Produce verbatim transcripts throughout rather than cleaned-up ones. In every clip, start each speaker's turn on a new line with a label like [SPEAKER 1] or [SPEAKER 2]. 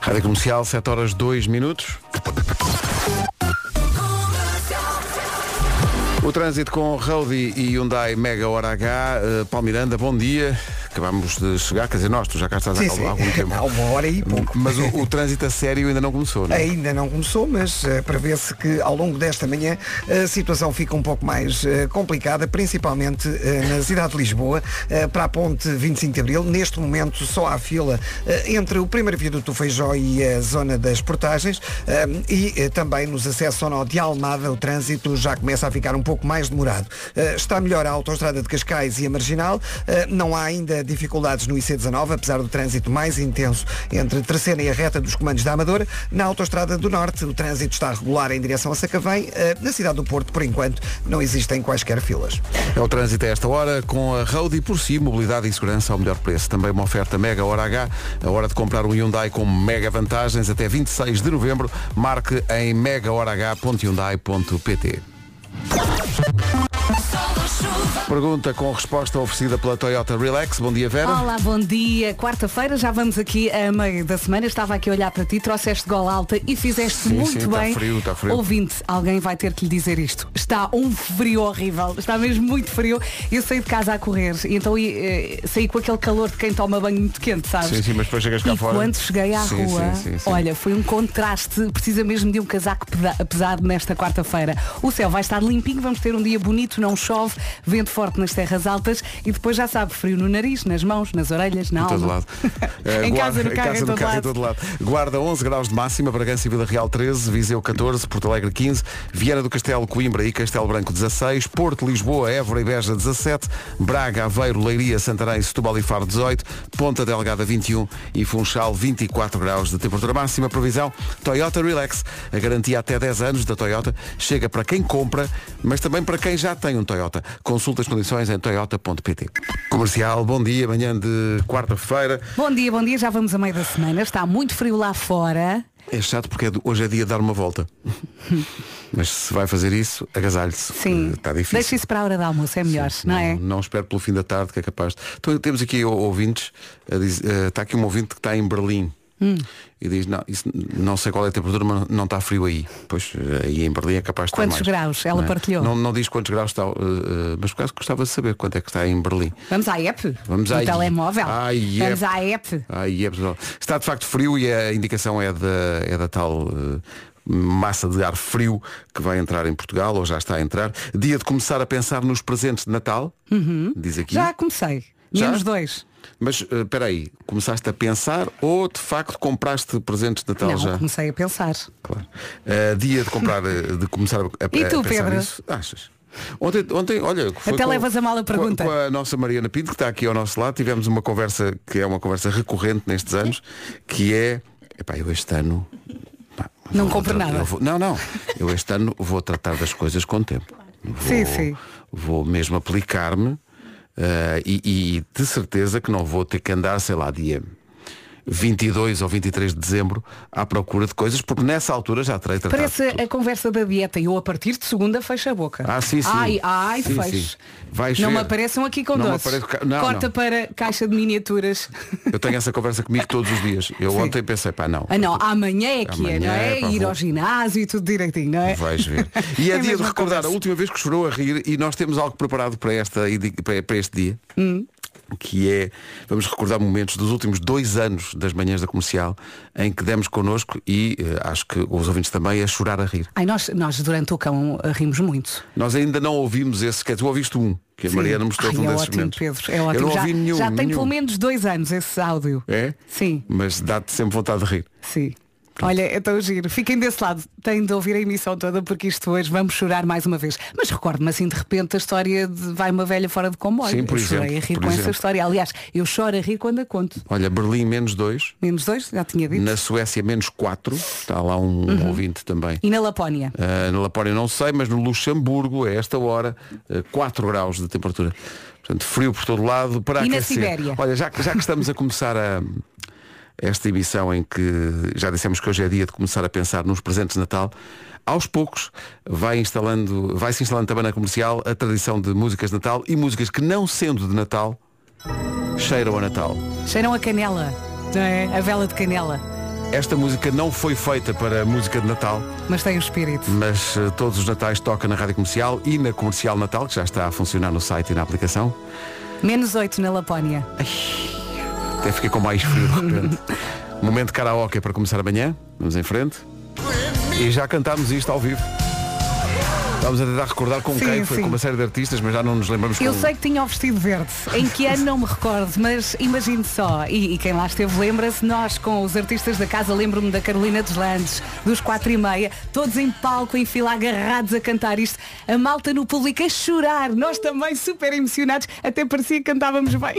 [SPEAKER 1] Rádio Comercial, sete horas dois minutos. O trânsito com Roadie e Hyundai Mega Hora H. uh, Paulo Miranda, bom dia. Acabamos de chegar, quer dizer, nós, tu já cá estás sim, há algum tempo.
[SPEAKER 2] Há uma hora e pouco.
[SPEAKER 1] Mas o, o trânsito a sério ainda não começou, não é?
[SPEAKER 2] Ainda não começou, mas uh, prevê-se que ao longo desta manhã a situação fica um pouco mais uh, complicada, principalmente uh, na cidade de Lisboa, uh, para a ponte vinte e cinco de Abril. Neste momento só há fila uh, entre o primeiro viaduto do Feijó e a zona das portagens uh, e uh, também nos acessos ao nó de Almada o trânsito já começa a ficar um pouco mais demorado. Uh, está melhor a autoestrada de Cascais e a Marginal, uh, não há ainda dificuldades no I C dezanove, apesar do trânsito mais intenso entre Terceira e a reta dos comandos da Amadora. Na autoestrada do Norte, o trânsito está regular em direção a Sacavém. Na cidade do Porto, por enquanto, não existem quaisquer filas.
[SPEAKER 1] É o trânsito a esta hora com a Roadie por si, mobilidade e segurança ao melhor preço. Também uma oferta Mega Hora H, a hora de comprar um Hyundai com mega vantagens até vinte e seis de novembro. Marque em mega hora h ponto hyundai ponto p t. Pergunta com resposta oferecida pela Toyota Relax. Bom dia, Vera.
[SPEAKER 3] Olá, bom dia. Quarta-feira, já vamos aqui a meio da semana. Estava aqui a olhar para ti, trouxeste gola alta e fizeste
[SPEAKER 1] sim,
[SPEAKER 3] muito
[SPEAKER 1] sim,
[SPEAKER 3] bem.
[SPEAKER 1] Está frio, está frio.
[SPEAKER 3] Ouvinte, alguém vai ter que lhe dizer isto. Está um frio horrível. Está mesmo muito frio. Eu saí de casa a correr e então e, saí com aquele calor de quem toma banho muito quente, sabes?
[SPEAKER 1] Sim, sim, mas depois chegas cá
[SPEAKER 3] e
[SPEAKER 1] fora.
[SPEAKER 3] quando cheguei à
[SPEAKER 1] sim,
[SPEAKER 3] rua,
[SPEAKER 1] sim, sim, sim.
[SPEAKER 3] olha, foi um contraste. Precisa mesmo de um casaco pesado nesta quarta-feira. O céu vai estar limpinho, vamos ter um dia bonito, não chove, vento forte nas terras altas e depois já sabe, frio no nariz, nas mãos, nas orelhas, na
[SPEAKER 1] em
[SPEAKER 3] alma.
[SPEAKER 1] todo lado.
[SPEAKER 3] em
[SPEAKER 1] uh,
[SPEAKER 3] casa, no
[SPEAKER 1] em
[SPEAKER 3] carro,
[SPEAKER 1] casa,
[SPEAKER 3] em
[SPEAKER 1] no
[SPEAKER 3] todo
[SPEAKER 1] carro,
[SPEAKER 3] lado.
[SPEAKER 1] em todo lado. Guarda onze graus de máxima, Bragança e Vila Real treze, Viseu catorze, Porto Alegre quinze, Viana do Castelo, Coimbra e Castelo Branco dezasseis, Porto, Lisboa, Évora e Beja dezassete, Braga, Aveiro, Leiria, Santarém, Setúbal e Faro dezoito, Ponta Delgada vinte e um e Funchal vinte e quatro graus de temperatura máxima. Previsão Toyota Relax, a garantia até dez anos da Toyota chega para quem compra, mas também para quem já tem um Toyota. Consulta as condições em toyota ponto p t. Comercial, bom dia, manhã de quarta-feira.
[SPEAKER 3] Bom dia, bom dia, já vamos a meio da semana. Está muito frio lá fora.
[SPEAKER 1] É chato porque é de- hoje é dia de dar uma volta. Mas se vai fazer isso, agasalhe-se.
[SPEAKER 3] Sim,
[SPEAKER 1] Está difícil.
[SPEAKER 3] deixa isso para a hora de almoço, é melhor,
[SPEAKER 1] Sim,
[SPEAKER 3] não é?
[SPEAKER 1] Não espero pelo fim da tarde, que é capaz de... Então, temos aqui ou- ouvintes, a dizer, eh, está aqui um ouvinte que está em Berlim. Hum. E diz, não, isso, não sei qual é a temperatura, mas não está frio aí. Pois aí em Berlim é capaz de estar
[SPEAKER 3] Quantos
[SPEAKER 1] mais.
[SPEAKER 3] graus? Ela
[SPEAKER 1] não é?
[SPEAKER 3] partilhou.
[SPEAKER 1] Não, não diz quantos graus está, uh, uh, mas por acaso gostava de saber quanto é que está em Berlim.
[SPEAKER 3] Vamos à app?
[SPEAKER 1] Vamos
[SPEAKER 3] no
[SPEAKER 1] à
[SPEAKER 3] telemóvel.
[SPEAKER 1] à app.
[SPEAKER 3] Vamos à app.
[SPEAKER 1] Ah, é, pessoal. Está de facto frio e a indicação é da, é da tal uh, massa de ar frio que vai entrar em Portugal, ou já está a entrar. Dia de começar a pensar nos presentes de Natal,
[SPEAKER 3] uhum.
[SPEAKER 1] diz aqui.
[SPEAKER 3] Já comecei.
[SPEAKER 1] Já?
[SPEAKER 3] Menos dois.
[SPEAKER 1] Mas espera uh, aí, começaste a pensar ou de facto compraste presentes de Natal
[SPEAKER 3] não,
[SPEAKER 1] já?
[SPEAKER 3] comecei a pensar.
[SPEAKER 1] Claro. Uh, dia de comprar, uh, de começar a, a,
[SPEAKER 3] E tu,
[SPEAKER 1] a pensar
[SPEAKER 3] Pedro?
[SPEAKER 1] nisso. Achas? Ontem, ontem, olha, foi
[SPEAKER 3] Até
[SPEAKER 1] com,
[SPEAKER 3] levas a mal a pergunta.
[SPEAKER 1] Com, com a nossa Mariana Pinto, que está aqui ao nosso lado, tivemos uma conversa que é uma conversa recorrente nestes anos, que é, epá, eu este ano pá,
[SPEAKER 3] não
[SPEAKER 1] vou,
[SPEAKER 3] compro
[SPEAKER 1] vou,
[SPEAKER 3] nada.
[SPEAKER 1] Eu vou, não, não, eu este ano vou tratar das coisas com tempo. Vou,
[SPEAKER 3] Sim, sim.
[SPEAKER 1] Vou mesmo aplicar-me uh, e, e de certeza que não vou ter que andar, sei lá, dia vinte e dois ou vinte e três de dezembro à procura de coisas, porque nessa altura já terei tratado.
[SPEAKER 3] Parece a conversa da dieta. Eu a partir de segunda fecho a boca.
[SPEAKER 1] Ah, sim, sim.
[SPEAKER 3] Ai, ai,
[SPEAKER 1] sim,
[SPEAKER 3] fecho.
[SPEAKER 1] sim. Vais
[SPEAKER 3] Não
[SPEAKER 1] ver.
[SPEAKER 3] me apareçam aqui com
[SPEAKER 1] Não me
[SPEAKER 3] doces.
[SPEAKER 1] apareço... não,
[SPEAKER 3] Corta
[SPEAKER 1] não.
[SPEAKER 3] para caixa de miniaturas.
[SPEAKER 1] Eu tenho essa conversa comigo todos os dias. Eu
[SPEAKER 3] Sim.
[SPEAKER 1] ontem pensei, pá, não.
[SPEAKER 3] Ah não, amanhã é que
[SPEAKER 1] Amanhã,
[SPEAKER 3] é, não é?
[SPEAKER 1] pá,
[SPEAKER 3] Ir
[SPEAKER 1] vou-
[SPEAKER 3] ao ginásio e tudo direitinho, não é?
[SPEAKER 1] Vais ver. E é,
[SPEAKER 3] É
[SPEAKER 1] dia de
[SPEAKER 3] mesmo a
[SPEAKER 1] recordar
[SPEAKER 3] conversa.
[SPEAKER 1] a última vez que chorou a rir e nós temos algo preparado para, esta, para para este dia.
[SPEAKER 3] Hum.
[SPEAKER 1] Que é, vamos recordar momentos dos últimos dois anos das manhãs da comercial em que demos connosco e eh, acho que os ouvintes também a chorar a rir.
[SPEAKER 3] Ai, nós, nós durante o cão rimos muito.
[SPEAKER 1] Nós ainda não ouvimos esse, que tu ouviste um, que a
[SPEAKER 3] Sim.
[SPEAKER 1] Mariana mostrou
[SPEAKER 3] Ai,
[SPEAKER 1] um
[SPEAKER 3] é
[SPEAKER 1] desses
[SPEAKER 3] ótimo,
[SPEAKER 1] momentos.
[SPEAKER 3] Pedro, é ótimo.
[SPEAKER 1] Eu não
[SPEAKER 3] já
[SPEAKER 1] ouvi nenhum.
[SPEAKER 3] já tem
[SPEAKER 1] nenhum.
[SPEAKER 3] pelo menos dois anos esse áudio.
[SPEAKER 1] É?
[SPEAKER 3] Sim,
[SPEAKER 1] Mas dá-te sempre vontade de rir.
[SPEAKER 3] sim. Olha, é tão giro. Fiquem desse lado. Têm de ouvir a emissão toda porque isto hoje vamos chorar mais uma vez. Mas recordo-me assim de repente a história de vai uma velha fora de comboio.
[SPEAKER 1] Sim, por
[SPEAKER 3] eu chorei
[SPEAKER 1] exemplo,
[SPEAKER 3] a rir
[SPEAKER 1] por
[SPEAKER 3] com
[SPEAKER 1] exemplo.
[SPEAKER 3] essa história. Aliás, eu choro a rir quando a conto.
[SPEAKER 1] Olha, Berlim menos dois,
[SPEAKER 3] Menos dois, já tinha dito.
[SPEAKER 1] na Suécia menos quatro, está lá um
[SPEAKER 3] Uhum.
[SPEAKER 1] ouvinte também.
[SPEAKER 3] E na Lapónia?
[SPEAKER 1] Uh, na Lapónia não sei, mas no Luxemburgo, a esta hora, uh, quatro graus de temperatura. Portanto, frio por todo lado para
[SPEAKER 3] E na
[SPEAKER 1] aquecer.
[SPEAKER 3] Sibéria?
[SPEAKER 1] Olha, já, que- já que estamos a começar a esta emissão em que já dissemos que hoje é dia de começar a pensar nos presentes de Natal, aos poucos vai instalando, vai-se instalando também na comercial a tradição de músicas de Natal e músicas que, não sendo de Natal, cheiram a Natal.
[SPEAKER 3] Cheiram a canela, não é? A vela de canela.
[SPEAKER 1] Esta música não foi feita para música de Natal,
[SPEAKER 3] Mas tem o espírito.
[SPEAKER 1] mas uh, todos os Natais toca na Rádio Comercial e na Comercial Natal, que já está a funcionar no site e na aplicação.
[SPEAKER 3] Menos oito na Lapónia.
[SPEAKER 1] Até fiquei com mais frio de repente. Momento de karaoke para começar amanhã. Vamos em frente. E já cantámos isto ao vivo. Vamos a tentar recordar com
[SPEAKER 3] Sim,
[SPEAKER 1] quem foi,
[SPEAKER 3] sim.
[SPEAKER 1] com uma série de artistas, mas já não nos lembramos
[SPEAKER 3] Eu
[SPEAKER 1] com...
[SPEAKER 3] sei que tinha o vestido verde. Em que ano não me recordo, mas imagine só. E, e quem lá esteve lembra-se, nós com os artistas da casa, lembro-me da Carolina dos Landes, dos quatro e meia, todos em palco, em fila, agarrados a cantar isto. A malta no público a chorar. Nós também super emocionados. Até parecia que cantávamos bem.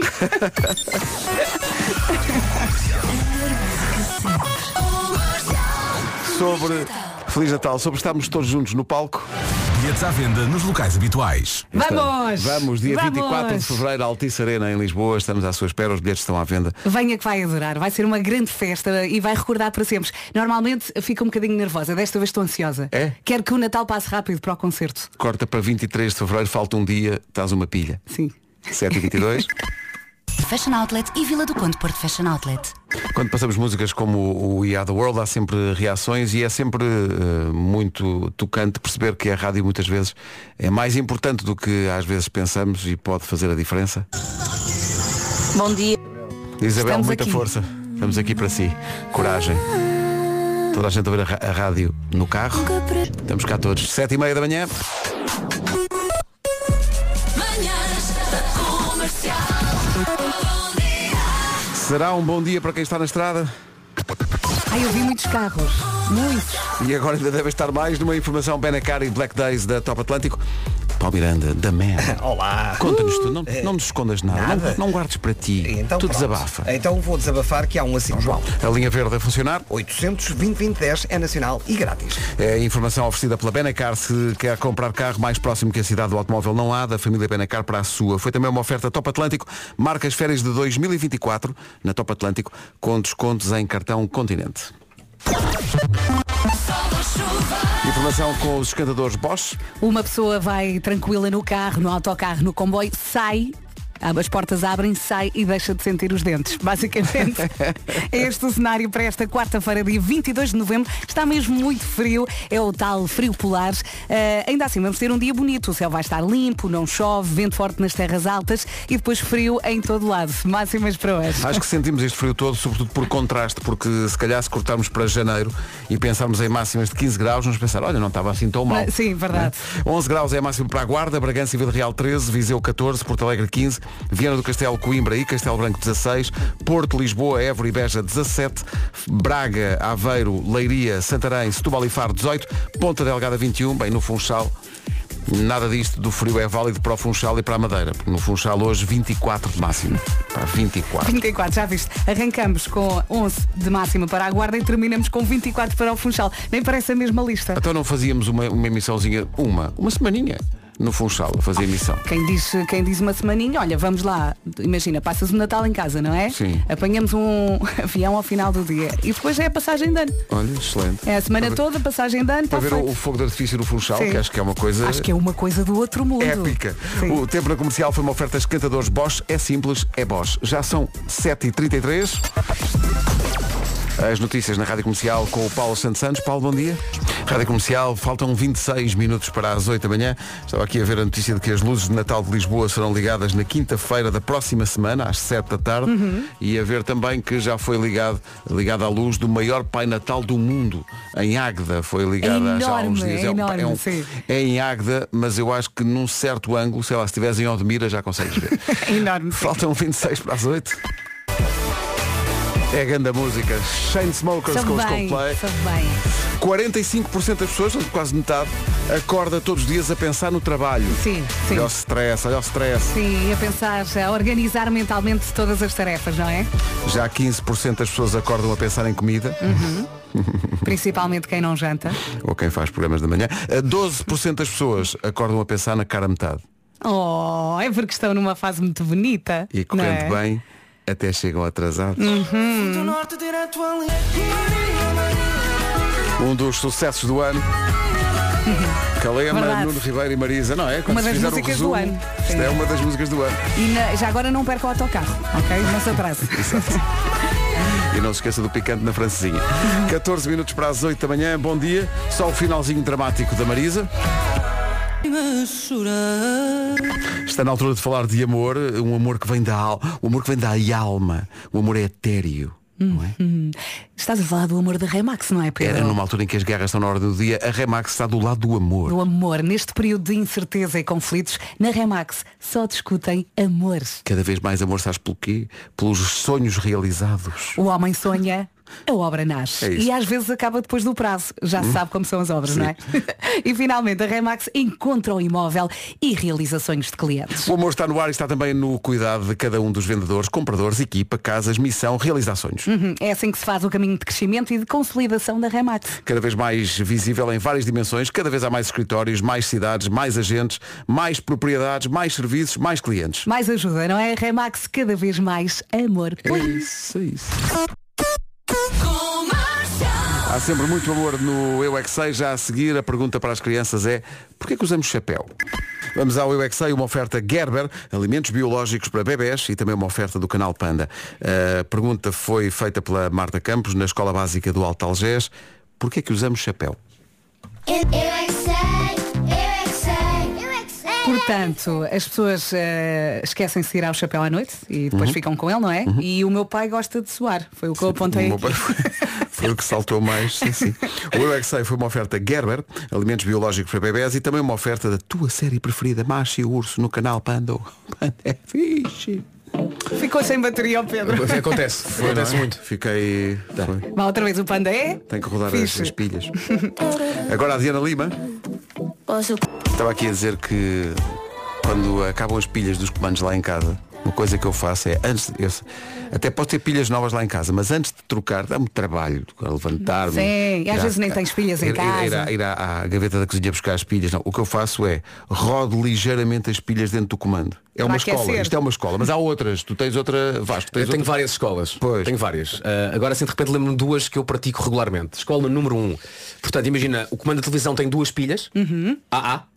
[SPEAKER 1] Sobre... Feliz Natal, sobre estarmos todos juntos no palco.
[SPEAKER 4] Bilhetes à venda nos locais habituais.
[SPEAKER 3] Vamos!
[SPEAKER 1] Vamos, dia
[SPEAKER 3] Vamos.
[SPEAKER 1] vinte e quatro de fevereiro, Altice Arena em Lisboa. Estamos à sua espera, os bilhetes estão à venda.
[SPEAKER 3] Venha que vai adorar, vai ser uma grande festa e vai recordar para sempre. Normalmente fico um bocadinho nervosa, desta vez estou ansiosa.
[SPEAKER 1] É?
[SPEAKER 3] Quero que o Natal passe rápido para o concerto.
[SPEAKER 1] Corta para vinte e três de fevereiro, falta um dia, estás uma pilha.
[SPEAKER 3] Sim.
[SPEAKER 1] sete e vinte e dois.
[SPEAKER 5] Fashion Outlet e Vila do Conde Porto Fashion Outlet.
[SPEAKER 1] Quando passamos músicas como o We Are The World, há sempre reações e é sempre uh, muito tocante perceber que a rádio muitas vezes é mais importante do que às vezes pensamos e pode fazer a diferença.
[SPEAKER 5] Bom dia.
[SPEAKER 1] Isabel,
[SPEAKER 3] Estamos
[SPEAKER 1] muita
[SPEAKER 3] aqui.
[SPEAKER 1] força. Estamos aqui para si. Coragem. Toda a gente a ouvir a, ra- a rádio no carro. Estamos cá todos. Sete e meia da manhã. Será um bom dia para quem está na estrada?
[SPEAKER 3] Ai, eu vi muitos carros. Muitos.
[SPEAKER 1] E agora ainda deve estar mais numa informação Benacar e Black Days da Top Atlântico. Paulo Miranda, da Man.
[SPEAKER 2] Olá.
[SPEAKER 1] Conta-nos tu, não, não nos escondas nada,
[SPEAKER 2] Nada.
[SPEAKER 1] Não, não guardes para ti.
[SPEAKER 2] Então,
[SPEAKER 1] tu
[SPEAKER 2] pronto.
[SPEAKER 1] desabafa.
[SPEAKER 2] Então vou desabafar que há um assim, João.
[SPEAKER 1] A linha verde a funcionar.
[SPEAKER 2] oitocentos, vinte, vinte, dez é nacional e grátis.
[SPEAKER 1] É a informação oferecida pela Benacar. Se quer comprar carro mais próximo que a cidade do automóvel não há, da família Benacar para a sua. Foi também uma oferta Top Atlântico. Marca as férias de dois mil e vinte e quatro na Top Atlântico com descontos em cartão Continente. Informação com os escandadores Bosch.
[SPEAKER 3] Uma pessoa vai tranquila no carro, no autocarro, no comboio, sai, as portas abrem, sai e deixa de sentir os dentes. Basicamente, é este o cenário para esta quarta-feira, dia vinte e dois de novembro. Está mesmo muito frio, é o tal frio polar. Uh, ainda assim, vamos ter um dia bonito. O céu vai estar limpo, não chove, vento forte nas terras altas e depois frio em todo lado. Máximas para hoje.
[SPEAKER 1] Acho que sentimos este frio todo, sobretudo por contraste, porque se calhar se cortarmos para janeiro e pensarmos em máximas de quinze graus, vamos pensar, olha, não estava assim tão mal.
[SPEAKER 3] Sim, verdade.
[SPEAKER 1] Né? onze graus é a máxima para a Guarda, Bragança e Vila Real treze, Viseu catorze, Porto Alegre quinze, Viana do Castelo, Coimbra e Castelo Branco dezasseis, Porto, Lisboa, Évora e Beja dezassete, Braga, Aveiro, Leiria, Santarém, Setúbal e Faro dezoito, Ponta Delgada vinte e um, bem, no Funchal nada disto do frio é válido para o Funchal e para a Madeira, porque no Funchal hoje vinte e quatro de máximo. Para vinte e quatro.
[SPEAKER 3] vinte e quatro, já viste? Arrancamos com onze de máxima para a Guarda e terminamos com vinte e quatro para o Funchal. Nem parece a mesma lista.
[SPEAKER 1] Então não fazíamos uma, uma emissãozinha, uma, uma semaninha no Funchal a fazer emissão.
[SPEAKER 3] Quem diz, quem diz uma semaninha, olha, vamos lá, imagina, passas o Natal em casa, não é?
[SPEAKER 1] Sim.
[SPEAKER 3] Apanhamos um avião ao final do dia e depois é a passagem de ano.
[SPEAKER 1] Olha, excelente.
[SPEAKER 3] É a semana
[SPEAKER 1] Para ver-
[SPEAKER 3] toda, passagem de ano,
[SPEAKER 1] Para
[SPEAKER 3] está
[SPEAKER 1] ver o,
[SPEAKER 3] feito.
[SPEAKER 1] o fogo de artifício no Funchal,
[SPEAKER 3] Sim.
[SPEAKER 1] que acho que é uma coisa
[SPEAKER 3] Acho que é uma coisa do outro mundo.
[SPEAKER 1] épica.
[SPEAKER 3] Sim.
[SPEAKER 1] O tempo na comercial foi uma oferta de esquentadores Bosch. É simples, é Bosch. Já são sete e trinta e três. As notícias na Rádio Comercial com o Paulo Santos Santos. Paulo, bom dia. Rádio Comercial, faltam vinte e seis minutos para as oito da manhã. Estava aqui a ver a notícia de que as luzes de Natal de Lisboa serão ligadas na quinta-feira da próxima semana, às sete da tarde.
[SPEAKER 3] Uhum.
[SPEAKER 1] E a ver também que já foi ligado, ligado à luz do maior Pai Natal do mundo, em Águeda. Foi ligado
[SPEAKER 3] É
[SPEAKER 1] há já há uns
[SPEAKER 3] enorme,
[SPEAKER 1] dias.
[SPEAKER 3] é
[SPEAKER 1] um-
[SPEAKER 3] enorme,
[SPEAKER 1] é, um-
[SPEAKER 3] sim.
[SPEAKER 1] é em Águeda, mas eu acho que num certo ângulo, sei lá, se estiveres em Odmira já consegues ver.
[SPEAKER 3] É enorme.
[SPEAKER 1] Faltam vinte e seis para as oito. É a grande música. Chainsmokers
[SPEAKER 3] Sabe
[SPEAKER 1] com os
[SPEAKER 3] bem,
[SPEAKER 1] Coldplay.
[SPEAKER 3] sabe bem.
[SPEAKER 1] quarenta e cinco por cento das pessoas, quase metade, acorda todos os dias a pensar no trabalho.
[SPEAKER 3] Sim, sim.
[SPEAKER 1] Olha o stress, olha o stress.
[SPEAKER 3] Sim, a pensar, a organizar mentalmente todas as tarefas, não é?
[SPEAKER 1] Já quinze por cento das pessoas acordam a pensar em comida.
[SPEAKER 3] Principalmente quem não janta.
[SPEAKER 1] Ou quem faz programas da manhã. doze por cento das pessoas acordam a pensar na cara a metade.
[SPEAKER 3] Oh, é porque estão numa fase muito bonita.
[SPEAKER 1] E
[SPEAKER 3] não
[SPEAKER 1] correndo
[SPEAKER 3] é?
[SPEAKER 1] bem, até chegam atrasados. Um dos sucessos do ano. Calema,
[SPEAKER 3] Verdade.
[SPEAKER 1] Nuno Ribeiro e Marisa, não é? Quando
[SPEAKER 3] Uma
[SPEAKER 1] se
[SPEAKER 3] das
[SPEAKER 1] fizer o
[SPEAKER 3] músicas do
[SPEAKER 1] resumo,
[SPEAKER 3] ano.
[SPEAKER 1] Isto
[SPEAKER 3] Sim.
[SPEAKER 1] é uma das músicas do ano.
[SPEAKER 3] E na- já agora não perca o autocarro, ok? Não se atrase.
[SPEAKER 1] E não se esqueça do picante na francesinha. catorze minutos para as oito da manhã, bom dia. Só o finalzinho dramático da Marisa. Está na altura de falar de amor, um amor que vem da alma, um amor que vem da alma, o amor é etéreo. Não é?
[SPEAKER 3] Hum, estás a falar do amor da Remax, não é, Pedro?
[SPEAKER 1] Era numa altura em que as guerras estão na ordem do dia, a Remax está do lado do amor.
[SPEAKER 3] Do amor. Neste período de incerteza e conflitos, na Remax só discutem amor.
[SPEAKER 1] Cada vez mais amor, sabes pelo quê? Pelos sonhos realizados.
[SPEAKER 3] O homem sonha, a obra nasce.
[SPEAKER 1] É isso.
[SPEAKER 3] E às vezes acaba depois do prazo. Já se
[SPEAKER 1] Hum.
[SPEAKER 3] sabe como são as obras,
[SPEAKER 1] Sim.
[SPEAKER 3] não é? E finalmente a Remax encontra o imóvel e realiza sonhos de clientes.
[SPEAKER 1] O amor está no ar e está também no cuidado de cada um dos vendedores, compradores, equipa, casas, missão, realizar sonhos.
[SPEAKER 3] Uhum. É assim que se faz o caminho de crescimento e de consolidação da Remax.
[SPEAKER 1] Cada vez mais visível em várias dimensões, cada vez há mais escritórios, mais cidades, mais agentes, mais propriedades, mais serviços, mais clientes.
[SPEAKER 3] Mais ajuda, não é? Remax, cada vez mais amor.
[SPEAKER 1] É isso, é isso. Há sempre muito amor no Eu é Que Sei. Já a seguir, a pergunta para as crianças é: porquê que usamos chapéu? Vamos ao Eu é Que Sei, uma oferta Gerber, alimentos biológicos para bebés e também uma oferta do canal Panda. A pergunta foi feita pela Marta Campos na Escola Básica do Alto Algés. Porquê que usamos chapéu?
[SPEAKER 6] Eu, eu é que sei, eu é que sei, eu é que sei.
[SPEAKER 3] Portanto, as pessoas eh, esquecem-se de tirar o chapéu à noite e depois
[SPEAKER 1] Uhum.
[SPEAKER 3] ficam com ele, não é? E o meu pai gosta de suar. Foi o que eu apontei
[SPEAKER 1] O meu
[SPEAKER 3] aqui.
[SPEAKER 1] pai- Foi o que saltou mais. Sim, sim. O Eu é Que Sei foi uma oferta Gerber, alimentos biológicos para bebés e também uma oferta da tua série preferida, Macho e Urso, no canal Panda. Panda é fixe.
[SPEAKER 3] Ficou sem bateria ao Pedro.
[SPEAKER 7] Acontece, acontece muito.
[SPEAKER 1] Fiquei. Foi.
[SPEAKER 3] Vá outra vez o Panda é?
[SPEAKER 1] Tem que rodar as,
[SPEAKER 3] Fixe.
[SPEAKER 1] as pilhas. Agora a Diana Lima
[SPEAKER 6] Posso...
[SPEAKER 1] estava aqui a dizer que quando acabam as pilhas dos comandos lá em casa, uma coisa que eu faço é antes eu, até posso ter pilhas novas lá em casa, mas antes de trocar dá-me trabalho a levantar-me.
[SPEAKER 3] Sim, e às
[SPEAKER 1] ir à-
[SPEAKER 3] vezes nem tens pilhas em
[SPEAKER 1] ir- ir-
[SPEAKER 3] casa.
[SPEAKER 1] Ir, à, ir à, à gaveta da cozinha buscar as pilhas. Não, o que eu faço é rodo ligeiramente as pilhas dentro do comando. É uma
[SPEAKER 3] Para
[SPEAKER 1] escola,
[SPEAKER 3] aquecer.
[SPEAKER 1] isto é uma escola, mas há outras. Tu tens outra, Vasco, tens
[SPEAKER 7] Eu tenho
[SPEAKER 1] outra.
[SPEAKER 7] várias escolas.
[SPEAKER 1] Pois.
[SPEAKER 7] Tenho várias. Ah, agora assim de repente lembro-me de duas que eu pratico regularmente. Escola número um. Portanto, imagina, o comando da televisão tem duas pilhas.
[SPEAKER 3] Uhum.
[SPEAKER 7] A A.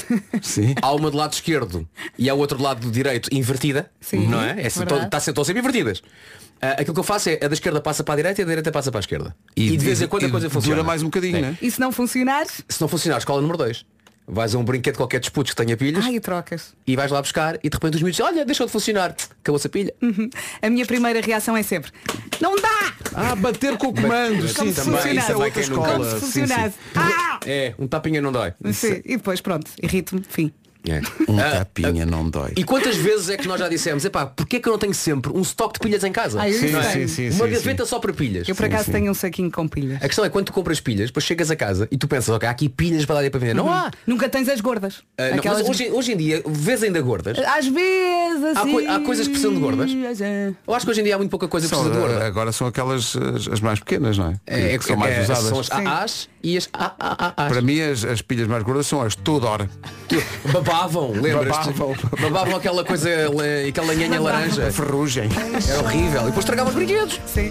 [SPEAKER 1] Sim.
[SPEAKER 7] Há uma do lado esquerdo e há outra do lado direito invertida.
[SPEAKER 3] Sim,
[SPEAKER 7] não é? é assim,
[SPEAKER 3] verdade.
[SPEAKER 7] Está sempre, sempre invertidas. Ah, aquilo que eu faço é a da esquerda passa para a direita e a da direita passa para a esquerda. E, de vez em quando a coisa funciona.
[SPEAKER 1] Dura mais um bocadinho,
[SPEAKER 7] É.
[SPEAKER 1] né?
[SPEAKER 3] E se não funcionar,
[SPEAKER 7] Se não funcionar, escola número dois. Vais a um brinquedo qualquer de disputos que tenha pilhas
[SPEAKER 3] ai, trocas.
[SPEAKER 7] e vais lá buscar e de repente os miúdos dizem, olha, deixou de funcionar. Acabou-se a pilha.
[SPEAKER 3] Uhum. A minha primeira reação é sempre: não dá!
[SPEAKER 1] Ah, bater com o comando.
[SPEAKER 7] Mas
[SPEAKER 1] Sim,
[SPEAKER 3] se
[SPEAKER 1] também.
[SPEAKER 3] funcionasse.
[SPEAKER 1] Isso é outra
[SPEAKER 7] Vai quem nunca.
[SPEAKER 1] escola.
[SPEAKER 3] Como se
[SPEAKER 1] Sim, sim.
[SPEAKER 3] funcionasse. Ah!
[SPEAKER 7] É, um tapinha não dói.
[SPEAKER 3] Sim. E depois pronto, irrito-me, fim.
[SPEAKER 7] É.
[SPEAKER 1] Um
[SPEAKER 7] Ah,
[SPEAKER 1] tapinha não dói.
[SPEAKER 7] E quantas vezes é que nós já dissemos, epá, porquê que eu não tenho sempre um estoque de pilhas em casa?
[SPEAKER 3] Ah, eu
[SPEAKER 1] Sim,
[SPEAKER 3] isso
[SPEAKER 1] sim,
[SPEAKER 3] tenho.
[SPEAKER 1] sim,
[SPEAKER 7] Uma
[SPEAKER 1] sim,
[SPEAKER 7] gaveta só para pilhas.
[SPEAKER 3] Eu por acaso
[SPEAKER 1] sim.
[SPEAKER 3] tenho um saquinho com pilhas.
[SPEAKER 7] A questão é quando tu compras pilhas, depois chegas a casa e tu pensas, ok, há aqui pilhas para dar para vender. Não há.
[SPEAKER 3] Nunca tens as gordas.
[SPEAKER 7] Ah, não,
[SPEAKER 3] Aquelas-
[SPEAKER 7] mas hoje, hoje em dia, vês ainda gordas.
[SPEAKER 3] Às vezes
[SPEAKER 7] Há
[SPEAKER 3] assim.
[SPEAKER 7] coi- há coisas que precisam de gordas?
[SPEAKER 3] É.
[SPEAKER 7] Eu acho que hoje em dia há muito pouca coisa que
[SPEAKER 1] São,
[SPEAKER 7] precisa de gorda.
[SPEAKER 1] agora são aquelas as, as mais pequenas, não é? Que,
[SPEAKER 7] É,
[SPEAKER 1] que são mais
[SPEAKER 7] é,
[SPEAKER 1] usadas.
[SPEAKER 7] São as A As e as A A A
[SPEAKER 1] Para mim as, as pilhas mais gordas são as toda hora.
[SPEAKER 7] Babavam, lembras-te?
[SPEAKER 1] Babavam.
[SPEAKER 7] Babavam aquela coisa, le- aquela nhanha laranja.
[SPEAKER 1] A ferrugem.
[SPEAKER 7] Era horrível. E depois estragavam os brinquedos.
[SPEAKER 3] Sim.